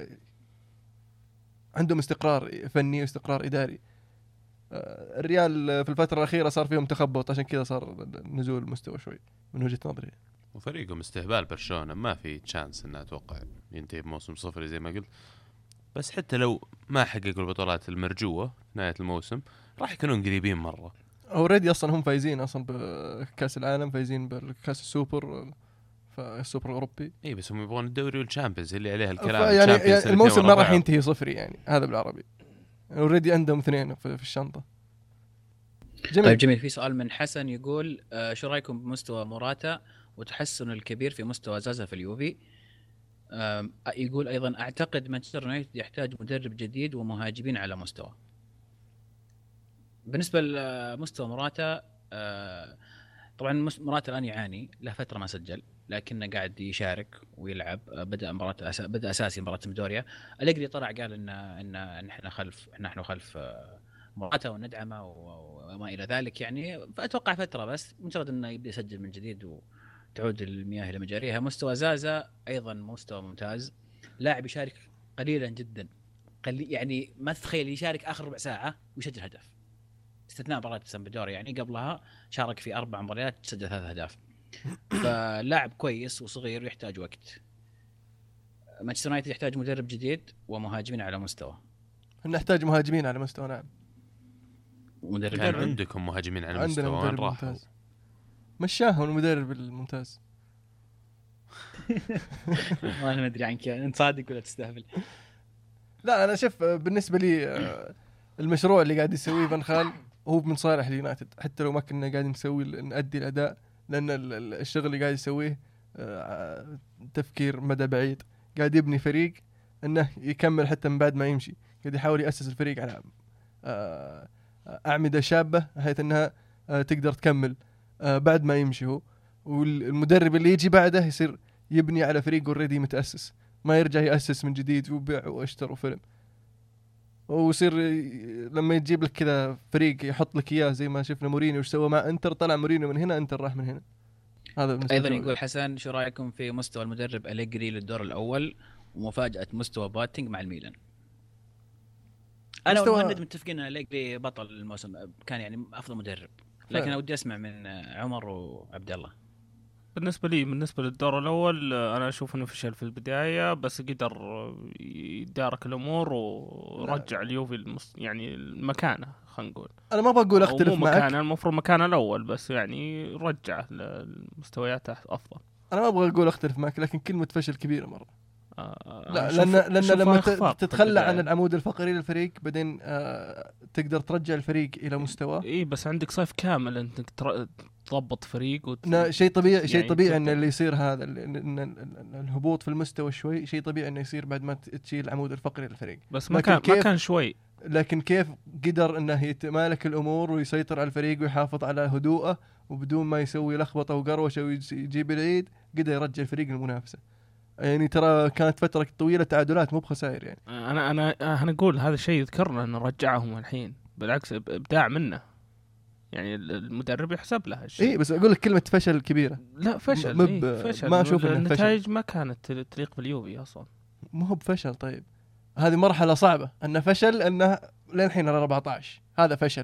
عندهم استقرار فني واستقرار اداري. الريال في الفتره الاخيره صار فيهم تخبط، عشان كذا صار نزول المستوى شوي من وجهه نظري. وفريقهم استهبال برشلونه، ما في تشانس انه اتوقع ينتهي بموسم صفري زي ما قلت. بس حتى لو ما حققوا البطولات المرجوه نهايه الموسم راح يكونون قريبين مره. اوريدي اصلا هم فايزين اصلا بكاس العالم، فايزين بالكاس السوبر، فالسوبر الاوروبي. اي بس هم يبغون الدوري والشامبيونز اللي عليها الكلام. يعني الموسم ما راح ينتهي. ينتهي صفري يعني، هذا بالعربي. اوريدي عندهم اثنين في الشنطه. طيب جميل. في سؤال من حسن يقول شو رايكم بمستوى موراتا وتحسن الكبير في مستوى زازا في اليوفي؟ يقول ايضا اعتقد مانشستر يونايتد يحتاج مدرب جديد ومهاجمين على مستوى. بالنسبه لمستوى موراتا، طبعا موراتا الان يعاني، له فتره ما سجل لكنه قاعد يشارك ويلعب. بدا اساسي مباراه سمدوريا. أليجري طلع قال ان نحن خلف موراتا وندعمه وما الى ذلك يعني. فاتوقع فتره بس مجرد انه يبدا يسجل من جديد وتعود المياه الى مجاريها. مستوى زازا ايضا مستوى ممتاز، لاعب يشارك قليلا جدا، يعني ما تتخيل يشارك اخر ربع ساعه ويسجل هدف، استثناء مباراة سامبدوريا يعني قبلها شارك في 4 مباريات سجل 3 أهداف. فلاعب كويس وصغير ويحتاج وقت. مانشستر يونايتد يحتاج مدرب جديد ومهاجمين على مستوى. نحتاج مهاجمين على مستوى. نعم. كان عندكم مهاجمين على مستوى، وين راحوا؟ مشاهم المدرب الممتاز. ما ادري عنك، انت صادق ولا تستهبل؟ لا انا شوف بالنسبه لي المشروع اللي قاعد يسويه فان خال هو من صالح اليونايتد، حتى لو ما كنا قاعدين نسوي نأدي الاداء، لان الشغل اللي قاعد يسويه تفكير مدى بعيد. قاعد يبني فريق انه يكمل حتى من بعد ما يمشي، قاعد يحاول يأسس الفريق على أعمدة شابة بحيث انها تقدر تكمل بعد ما يمشي هو. والمدرب اللي يجي بعده يصير يبني على فريق اوريدي متأسس، ما يرجع يأسس من جديد وبيع واشتر وفيلم. ويصير لما يجيب لك كذا فريق يحط لك اياه زي ما شفنا مورينيو وش سوى مع انتر، طلع مورينيو من هنا انتر راح من هنا. هذا ايضا يقول حسن شو رايكم في مستوى المدرب أليجري للدور الاول ومفاجاه مستوى باتينغ مع الميلان؟ انا ومهند متفقين ان أليجري بطل الموسم، كان يعني افضل مدرب، لكن انا ودي اسمع من عمر وعبد الله. بالنسبه للدور الاول انا اشوف انه فشل في البدايه، بس قدر يدارك الامور ورجع اليوفي يعني مكانه. خلينا نقول انا ما بقول اختلف معك، مكانه المفروض مكانه الاول، بس يعني رجع لمستويات افضل. انا ما ابغى اقول اختلف معك، لكن كلمه فشل كبيره مره. لا لان لما تتخلى عن العمود الفقري للفريق بعدين تقدر ترجع الفريق الى مستواه. اي بس عندك صيف كامل انك تضبط فريق شيء طبيعي يعني شيء طبيعي ان اللي يصير هذا ان الهبوط في المستوى شوي شيء طبيعي انه يصير بعد ما تشيل العمود الفقري للفريق. بس ما كان شوي. لكن كيف قدر انه يتمالك الامور ويسيطر على الفريق ويحافظ على هدوءه وبدون ما يسوي لخبطه وقروشه ويجيب العيد، قدر يرجع الفريق المنافسه. يعني ترى كانت فتره طويله تعادلات مو بخسائر يعني. انا اقول هذا الشيء يذكرنا انه رجعهم الحين، بالعكس ابداع منه يعني، المدرب يحسب له الشيء. اي بس اقول لك كلمه فشل كبيره. لا فشل فشل، ما اشوف انه النتائج ما كانت تليق باليوفي اصلا. مو هو بفشل. طيب هذه مرحله صعبه، انه فشل انه للحين 14 هذا فشل.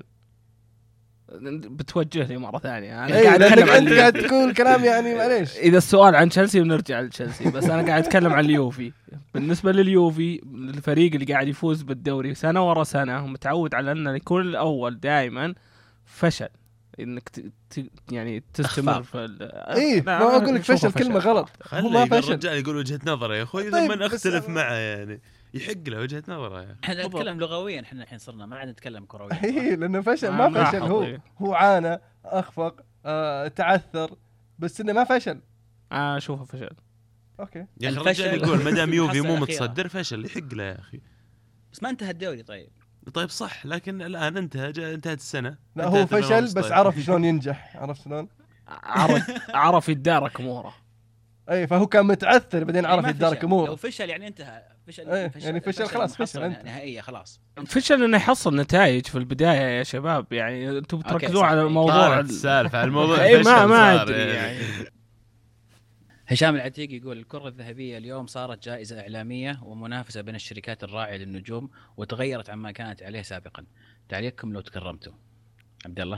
بتوجه لي مره ثانيه. انا قاعد اتكلم عن انت قاعد تقول كلام يعني معليش. اذا السؤال عن تشيلسي بنرجع لتشيلسي، بس انا قاعد اتكلم عن اليوفي. بالنسبه لليوفي الفريق اللي قاعد يفوز بالدوري سنه ورا سنه ومتعود على انه يكون الاول دائما، فشل انك يعني تستمر في ما اقول لك فشل كلمه غلط. هو ما فشل. الرجال يقول وجهه نظره يا اخوي. طيب لما نختلف معه يعني يحق له وجهه نظره يعني. احنا نتكلم لغويا، احنا الحين صرنا ما عاد نتكلم كرويا. اي لانه فشل ما فشل. هو عانى اخفق تعثر، بس انه ما فشل. اشوفه فشل. اوكي يا اخي الفشل الرجال يقول ما دام يوفي مو الحصة متصدر فشل يحق له يا اخي. بس ما انتهى الدوري. طيب صح، لكن الان انتهت السنه. لا هو فشل بس عرف شلون ينجح، عرفت شلون؟ عرف يتدارك اموره. اي فهو كان متعثر بعدين يعني عرف ما يتدارك فشل. اموره. لو فشل يعني انتهى. فشل إيه، يعني فشل خلاص، فشل محصلة أنت. نهائية خلاص. فشل انه يحصل نتائج في البدايه يا شباب، يعني انتم أوكي، بتركزون صح. على موضوع السالفه على الموضوع اي الفشل ما صار ادري يعني. هشام العتيق يقول الكرة الذهبية اليوم صارت جائزة إعلامية ومنافسة بين الشركات الراعية للنجوم، وتغيرت عما كانت عليه سابقا. تعليقكم لو تكرمتوا. عبد الله.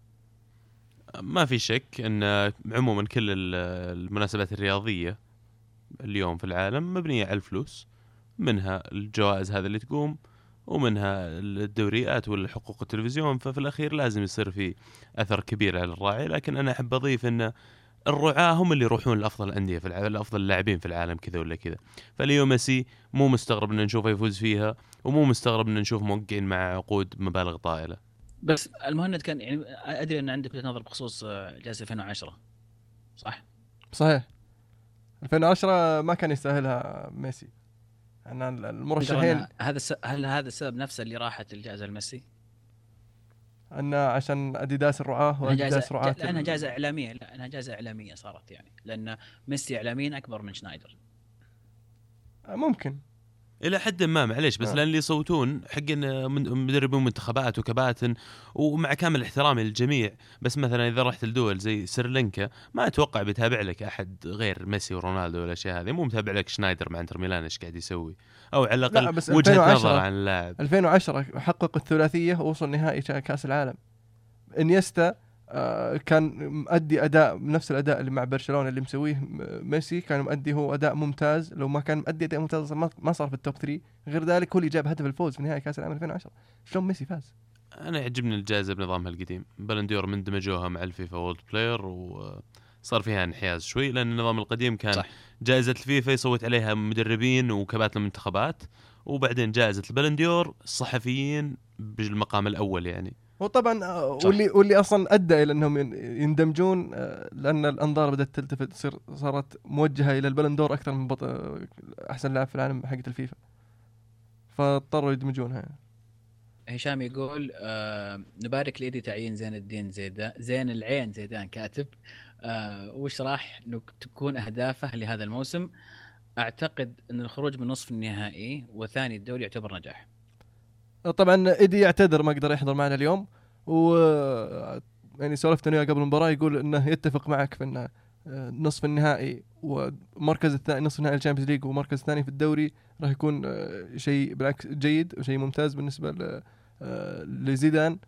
ما في شك ان عموما كل المناسبات الرياضيه اليوم في العالم مبنيه على الفلوس، منها الجوائز هذا اللي تقوم، ومنها الدوريات والحقوق التلفزيون. ففي الاخير لازم يصير في اثر كبير على الراعي. لكن انا احب اضيف ان الرعاة هم اللي يروحون لأفضل الأندية في العالم، لأفضل اللاعبين في العالم كذا ولا كذا. فاليوم ميسي مو مستغرب ان نشوفه يفوز فيها، ومو مستغرب ان نشوف موقعين مع عقود مبالغ طائلة. بس المهند كان يعني ادري ان عندك وجهة نظر بخصوص جائزة 2010 صح؟ صحيح 2010 ما كان يستاهلها ميسي. احنا المرشحين هل هذا السبب نفسه اللي راحت الجائزة لميسي؟ أن عشان أديداس الرعاة وأديداس رعاة لأنها جائزة إعلامية. لا أنها جائزة إعلامية صارت يعني، لأن ميسي إعلاميا أكبر من شنايدر. ممكن إلى حد ما معليش، بس لأن اللي يصوتون حقين مدربين منتخبات وكباتن، ومع كامل احترامي للجميع، بس مثلا إذا رحت لدول زي سريلانكا ما أتوقع بيتابع لك أحد غير ميسي ورونالدو والأشياء هذه. مو متابع لك شنايدر مع انتر ميلان إيش قاعد يسوي، أو على الأقل وجهة نظر عن اللاعب. 2010 حقق الثلاثية ووصل نهائي كأس العالم. إنيستا كان مؤدي أداء نفس الأداء اللي مع برشلونة اللي مسويه ميسي، كان مؤدي هو أداء ممتاز. لو ما كان مؤدي أداء ممتاز ما صار في التوب 3. غير ذلك هو اللي جاب هدف الفوز في نهائي كأس العالم 2010. شلون ميسي فاز؟ أنا يعجبني الجائزة بنظامها القديم. بلنديور من دمجوها مع الفيفا وولد بلاير، وصار فيها انحياز شوي، لأن النظام القديم كان صح. جائزة الفيفا يصوت عليها مدربين وكباتن المنتخبات، وبعدين جائزة البلنديور الصحفيين بالمقام الأول يعني. وطبعا واللي اصلا ادى الى انهم يندمجون، لان الانظار بدات تلتفت، صارت موجهه الى البلندور اكثر من احسن لاعب في العالم حقت الفيفا، فاضطروا يدمجونها. هشام يقول نبارك ليدي تعيين زين الدين زين العين زيدان كاتب. وش راح تكون اهدافه لهذا الموسم؟ اعتقد ان الخروج من نصف النهائي وثاني الدوري يعتبر نجاح. طبعا ايدي يعتذر ما قدر يحضر معنا اليوم، و يعني سولفت انا قبل المباراه، يقول انه يتفق معك في انه نصف النهائي ومركز الثاني، نصف النهائي الشامبيونز ليج ومركز الثاني في الدوري راح يكون شيء بالعكس جيد وشيء ممتاز بالنسبه لزيدان،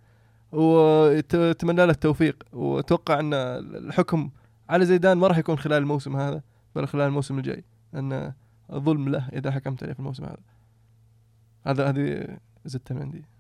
واتمنى له التوفيق. واتوقع ان الحكم على زيدان ما راح يكون خلال الموسم هذا بل خلال الموسم الجاي، لان ظلم له اذا حكمت عليه في الموسم هذه زدت من عندي.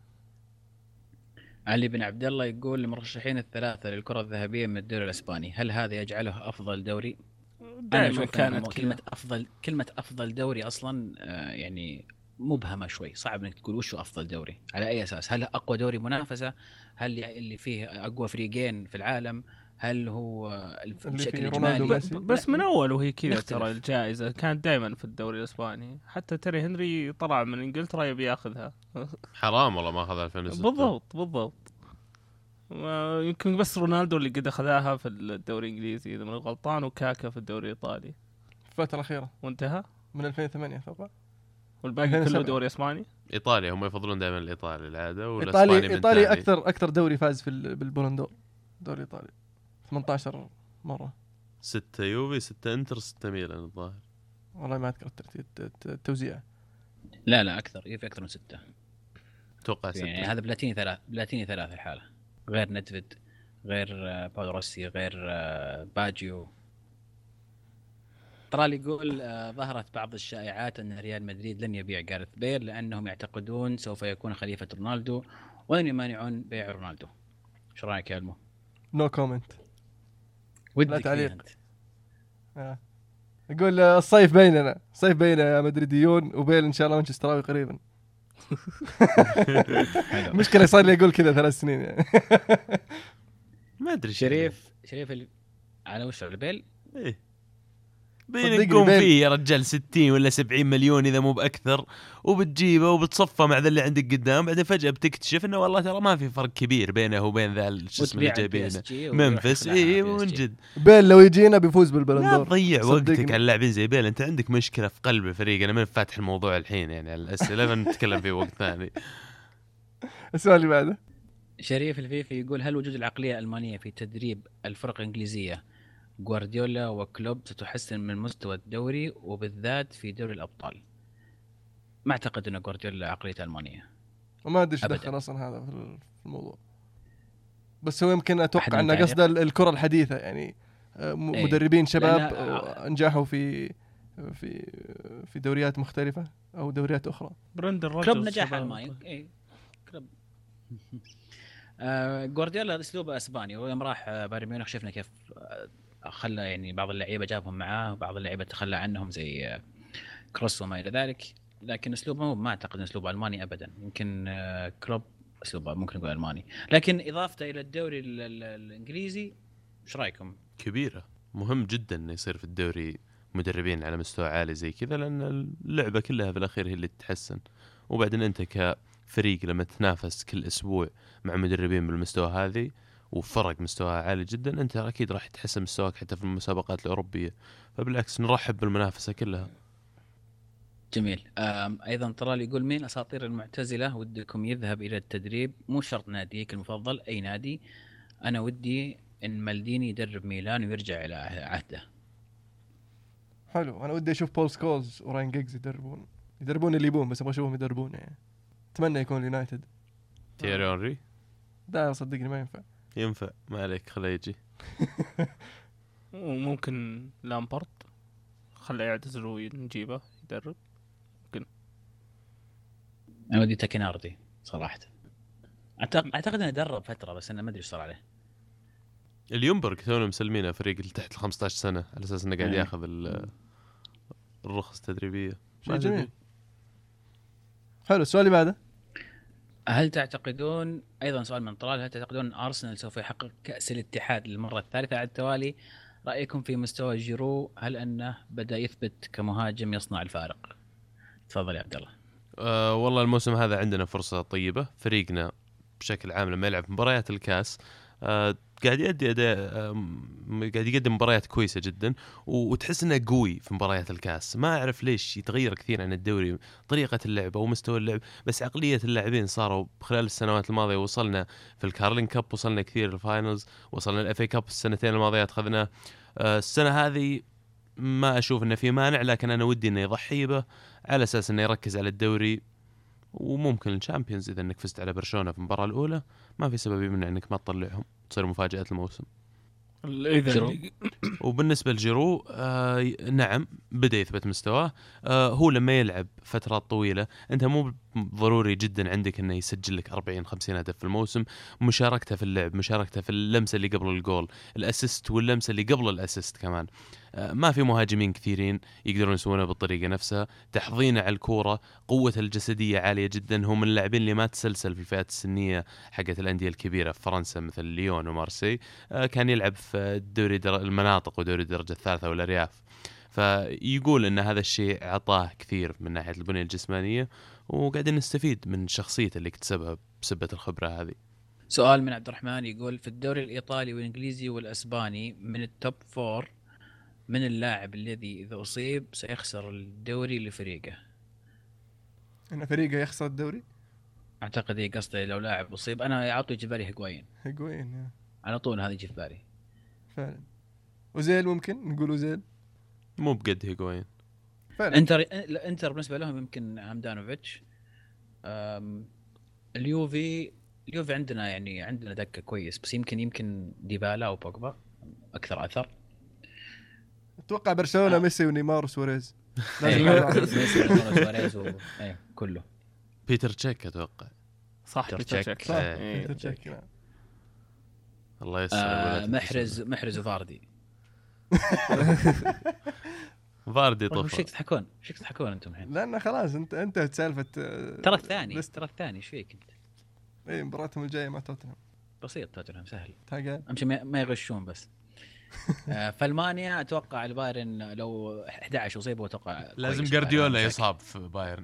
علي بن عبد الله يقول المرشحين الثلاثة للكرة الذهبية من الدوري الإسباني، هل هذا يجعله أفضل دوري؟ دائما كانت كلمة أفضل دوري أصلا يعني مبهمة شوي، صعب إنك تقول وشو أفضل دوري على أي أساس. هل أقوى دوري منافسة؟ هل اللي فيه أقوى فريقين في العالم؟ هل هو بشكل إجمالي؟ بس من أول وهي كذا ترى الجائزة كانت دائما في الدوري الإسباني. حتى تري هنري طلع من إنجلترا يبي ياخذها. حرام والله ما أخذها 2006. بالضبط. يمكن بس رونالدو اللي قد أخذها في الدوري الإنجليزي إذا من غلطان، وكاكا في الدوري الإيطالي الفترة الأخيرة وانتهى من 2008 أتوقع. والباقي كله دوري إسباني. إيطاليا هم يفضلون دائما الإيطالي العادة، إيطالي أكثر دوري فاز في بالبولندور. دوري إيطالي 18 مرة، 6 يوفي 6 انتر 6 ميلان الظاهر. والله ما أذكر التوزيع. لا أكثر، يوفي أكثر من 6 توقع 6 يعني. هذا بلاتيني 3 الحالة، غير ندفيد، غير باولوسي، غير باجيو. طرالي يقول ظهرت بعض الشائعات أن ريال مدريد لن يبيع غاريث بيل لأنهم يعتقدون سوف يكون خليفة رونالدو ولن يمانعون بيع رونالدو. شو رأيك يا علمو؟ نو كومنت. لا تعليق. يقول الصيف بيننا يا مدريديون، وبيل إن شاء الله مانشستراوي قريبا. مشكلة صار لي أقول كذا 3 سنين يعني. ما أدري. شريف على وش على بيل؟ إيه بينقوم فيه يا رجال 60 ولا 70 مليون إذا مو بأكثر، وبتجيبه وبتصفى مع ذا اللي عندك قدام، بعدين فجأة بتكتشف إنه والله ترى ما في فرق كبير بينه وبين ذا الاسم اللي جايبينه منفس. من جد بيل لو يجينا بيفوز بالبلندور. لا تضيع وقتك على لاعبين زي بيل، أنت عندك مشكلة في قلب الفريق. أنا ما فاتح الموضوع الحين يعني على الأسئلة بنتكلم في وقت ثاني. السؤال اللي بعده شريف الفيفي يقول هل وجود العقلية الألمانية في تدريب الفرق الإنجليزية غوارديولا وكلوب ستحسن من مستوى الدوري وبالذات في دوري الأبطال؟ ما أعتقد أن غوارديولا عقلية ألمانية، وما أدري إيش دخل أصلا هذا في الموضوع، بس هو يمكن أتوقع أنه قصد الكرة الحديثة يعني مدربين شباب نجحوا في دوريات مختلفة أو دوريات أخرى. كلوب نجاح ألماني كلوب. غوارديولا اسلوبه اسباني، ولما راح بايرن ميونخ شفنا كيف خلى يعني بعض اللعيبه جابهم معاه وبعض اللعيبه تخلى عنهم زي كروس وما الى ذلك، لكن اسلوبه ما اعتقد اسلوبه الماني ابدا. يمكن كلوب اسلوبه ممكن نقول الماني، لكن اضافته الى الدوري الانجليزي ايش رايكم؟ كبيره، مهم جدا انه يصير في الدوري مدربين على مستوى عالي زي كذا، لان اللعبه كلها في الاخير هي اللي تتحسن. وبعدين انت كفريق لما تنافس كل اسبوع مع مدربين بالمستوى هذه وفرق مستواها عالي جدا، انت اكيد راح تحسن مستواك حتى في المسابقات الاوروبيه. فبالعكس نرحب بالمنافسه كلها. جميل. ايضا طلال يقول مين اساطير المعتزله ودكم يذهب الى التدريب؟ مو شرط ناديك المفضل، اي نادي. انا ودي ان مالديني يدرب ميلان ويرجع الى عهده. حلو. انا ودي اشوف بول سكولز وراين جيجز يدربون اللي يبون، بس ابغى اشوفهم يدربون يعني. اتمنى يكون اليونايتد. تيري اونري لا صدقني ما ينفع ما عليك خليه يجي. وممكن لامبارد خليه يعتزل ونجيبه يدرب. ممكن. انا ودي تاكيناردي صراحه. اعتقد انه درب فتره بس انا ما ادري ايش صار عليه. اليومبرغ تونا مسلمينه فريق اللي تحت 15 سنه على اساس انه قاعد ياخذ الرخص التدريبيه. جميل. حلو. السؤال اللي بعده، هل تعتقدون ايضا سؤال من طلال، هل تعتقدون ارسنال سوف يحقق كأس الاتحاد للمره الثالثه على التوالي؟ رايكم في مستوى جيرو، هل انه بدا يثبت كمهاجم يصنع الفارق؟ تفضل يا عبد الله. والله الموسم هذا عندنا فرصه طيبه. فريقنا بشكل عام لما يلعب مباريات الكاس قاعد يؤدي اداء قاعد يقدم مباريات كويسه جدا، وتحس انه قوي في مباريات الكاس. ما اعرف ليش يتغير كثير عن الدوري طريقه اللعب او مستوى اللعب، بس عقليه اللاعبين صاروا خلال السنوات الماضيه. وصلنا في الكارلين كاب، وصلنا كثير الفاينلز، وصلنا الاف اي كاب السنتين الماضيات اخذناه. السنه هذه ما اشوف انه في مانع، لكن انا ودي انه يضحي به على اساس انه يركز على الدوري وممكن الشامبيونز. اذا انك فزت على برشلونه في المباراه الاولى ما في سبب يمنع انك ما تطلعهم، تصير مفاجاه الموسم. وبالنسبه لجيرو نعم بدا يثبت مستواه. هو لما يلعب فترات طويله انت مو ضروري جدا عندك انه يسجل لك 40-50 هدف في الموسم. مشاركته في اللعب، مشاركته في اللمسه اللي قبل الجول، الاسيست واللمسه اللي قبل الاسيست كمان. ما في مهاجمين كثيرين يقدرون يسوونها بالطريقه نفسها. تحضينه على الكوره، قوته الجسديه عاليه جدا. هم من اللاعبين اللي ما تسلسل في الفئات السنيه حقت الانديه الكبيره في فرنسا مثل ليون ومارسي. كان يلعب في الدوري المناطق ودوري الدرجه الثالثه والارياف. فيقول ان هذا الشيء عطاه كثير من ناحيه البنيه الجسمانيه، وقاعدين نستفيد من شخصيته اللي اكتسبها بسبه الخبره هذه. سؤال من عبد الرحمن يقول في الدوري الايطالي والانجليزي والاسباني من التوب 4 من اللاعب الذي اذا اصيب سيخسر الدوري لفريقه؟ ان فريقه يخسر الدوري؟ اعتقد هي قصده لو لاعب اصيب. انا يعطي جبالي هيغوين على طول، هذه في بالي فعلا. وزيل ممكن نقول وزيل مو بقد هيغوين. انتر بالنسبه لهم يمكن هامدانوفيتش. اليوفي عندنا يعني عندنا دكه كويس، بس يمكن ديبالا او بوجبا اكثر اثر. اتوقع برشلونه ميسي ونيمار وسواريز. ميسي وسواريز كله. بيتر تشيك اتوقع. صح بيتر تشيك. بيتر تشيك. الله يسر. محرز وفاردي. فاردي طفل. وش تضحكون انتم الحين؟ لأن خلاص انت سالفة ترى الثاني ايش فيك انت؟ اي مباراتهم الجاية مع توتنهام. بسيط توتنهام سهل. تاقل امشي ما يغشون بس. في المانيا اتوقع البايرن لو 11 اصيبوا اتوقع لازم كويس جارديولا بايرن. يصاب في بايرن.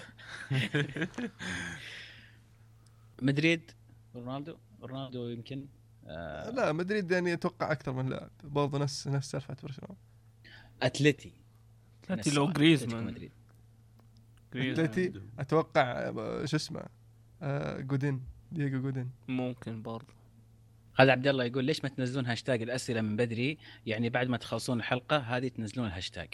مدريد رونالدو يمكن لا مدريد يعني اتوقع اكثر من لاعب برضه نفس سالفه برشلونه. اتلتي لو جريزمان مدريد اتلتي اتوقع شو اسمه جودين، دييغو جودين. ممكن برضه. خالد عبد الله يقول ليش ما تنزلون هاشتاج الاسئله من بدري؟ يعني بعد ما تخلصون الحلقه هذه تنزلون الهاشتاج.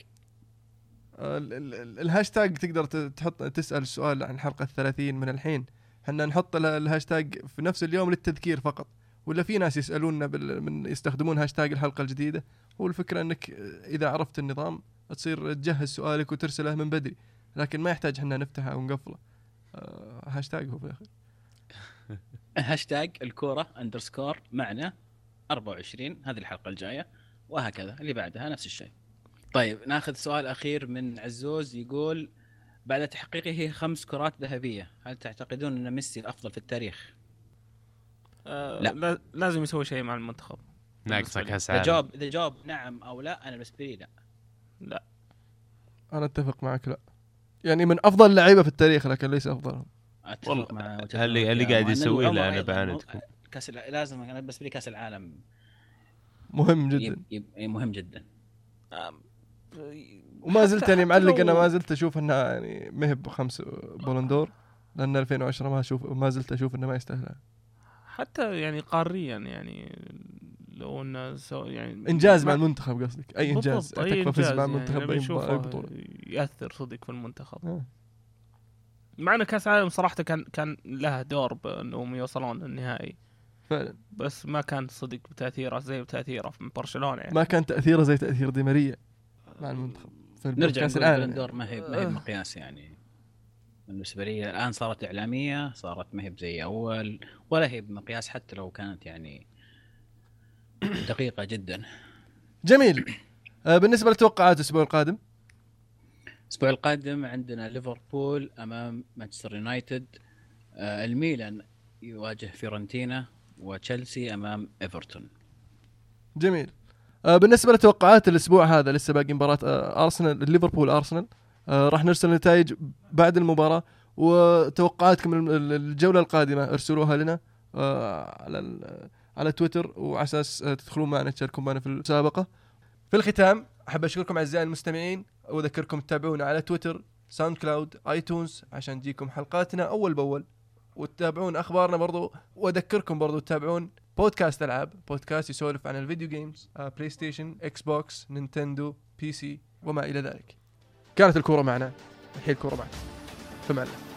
الهاشتاج تقدر تسال السؤال عن الحلقه 30 من الحين، احنا نحط الهاشتاج في نفس اليوم للتذكير فقط، ولا في ناس يسالوننا من يستخدمون هاشتاج الحلقه الجديده. هو الفكره انك اذا عرفت النظام تصير تجهز سؤالك وترسله من بدري، لكن ما يحتاج احنا نفتحه ونقفله. هاشتاج هو في الاخير هاشتاج الكوره _ معنا 24 هذه الحلقه الجايه، وهكذا اللي بعدها نفس الشيء. طيب ناخذ سؤال اخير من عزوز يقول بعد تحقيقه 5 كرات ذهبيه هل تعتقدون ان ميسي الافضل في التاريخ؟ لا لازم يسوي شيء مع المنتخب. ناقصه كاس اذا عالم. جاوب نعم او لا، انا بالنسبه لي لا. انا اتفق معك، لا يعني من افضل اللعيبه في التاريخ لكن ليس افضلهم. اتفق مع اللي قاعد يسويه له انا بعاندكم. كاس لازم، انا بالنسبه لي كاس العالم مهم جدا مهم جدا. وما زلت يعني معلق، انا ما زلت اشوف انها يعني مهب 5 بولندور، لان 2010 ما زلت اشوف انه ما يستاهلها. حتى يعني قاريا يعني لو انه يعني انجاز مع المنتخب قصدك؟ اي انجاز تكفى فز مع المنتخب يعني باي بطوله ياثر صدق في المنتخب. معنى كاس العالم صراحه كان له دور بانهم يوصلون النهائي فعلا، بس ما كان صدق بتاثيره زي تاثيره في برشلونه يعني. ما كان تاثيره زي تاثير دي ماريا مع المنتخب في نرجع كاس نقول العالم دور ما هي مقياس يعني. بالنسبه لي الان صارت اعلاميه، صارت ما هي زي اول، ولا هي بمقياس حتى لو كانت يعني دقيقه جدا. جميل. بالنسبه للتوقعات الاسبوع القادم، الاسبوع القادم عندنا ليفربول امام مانشستر يونايتد، الميلان يواجه فيورنتينا، وتشيلسي امام ايفرتون. جميل. بالنسبه لتوقعات الاسبوع هذا لسه باقي مباراه ارسنال ليفربول ارسنال، راح نرسل نتائج بعد المباراه، وتوقعاتكم الجوله القادمه ارسلوها لنا على تويتر، وعلى اساس تدخلون معنا تشاركون معنا في المسابقه. في الختام احب اشكركم اعزائي المستمعين، واذكركم تتابعونا على تويتر، ساوند كلاود، ايتونز عشان تجيكم حلقاتنا اول باول، وتتابعون اخبارنا برضو. واذكركم برضو تتابعون بودكاست العاب، بودكاست يسولف عن الفيديو جيمز، بلاي ستيشن، اكس بوكس، نينتندو، بي سي وما الى ذلك. كانت الكوره معنا، الحين الكوره معنا، فمع الله.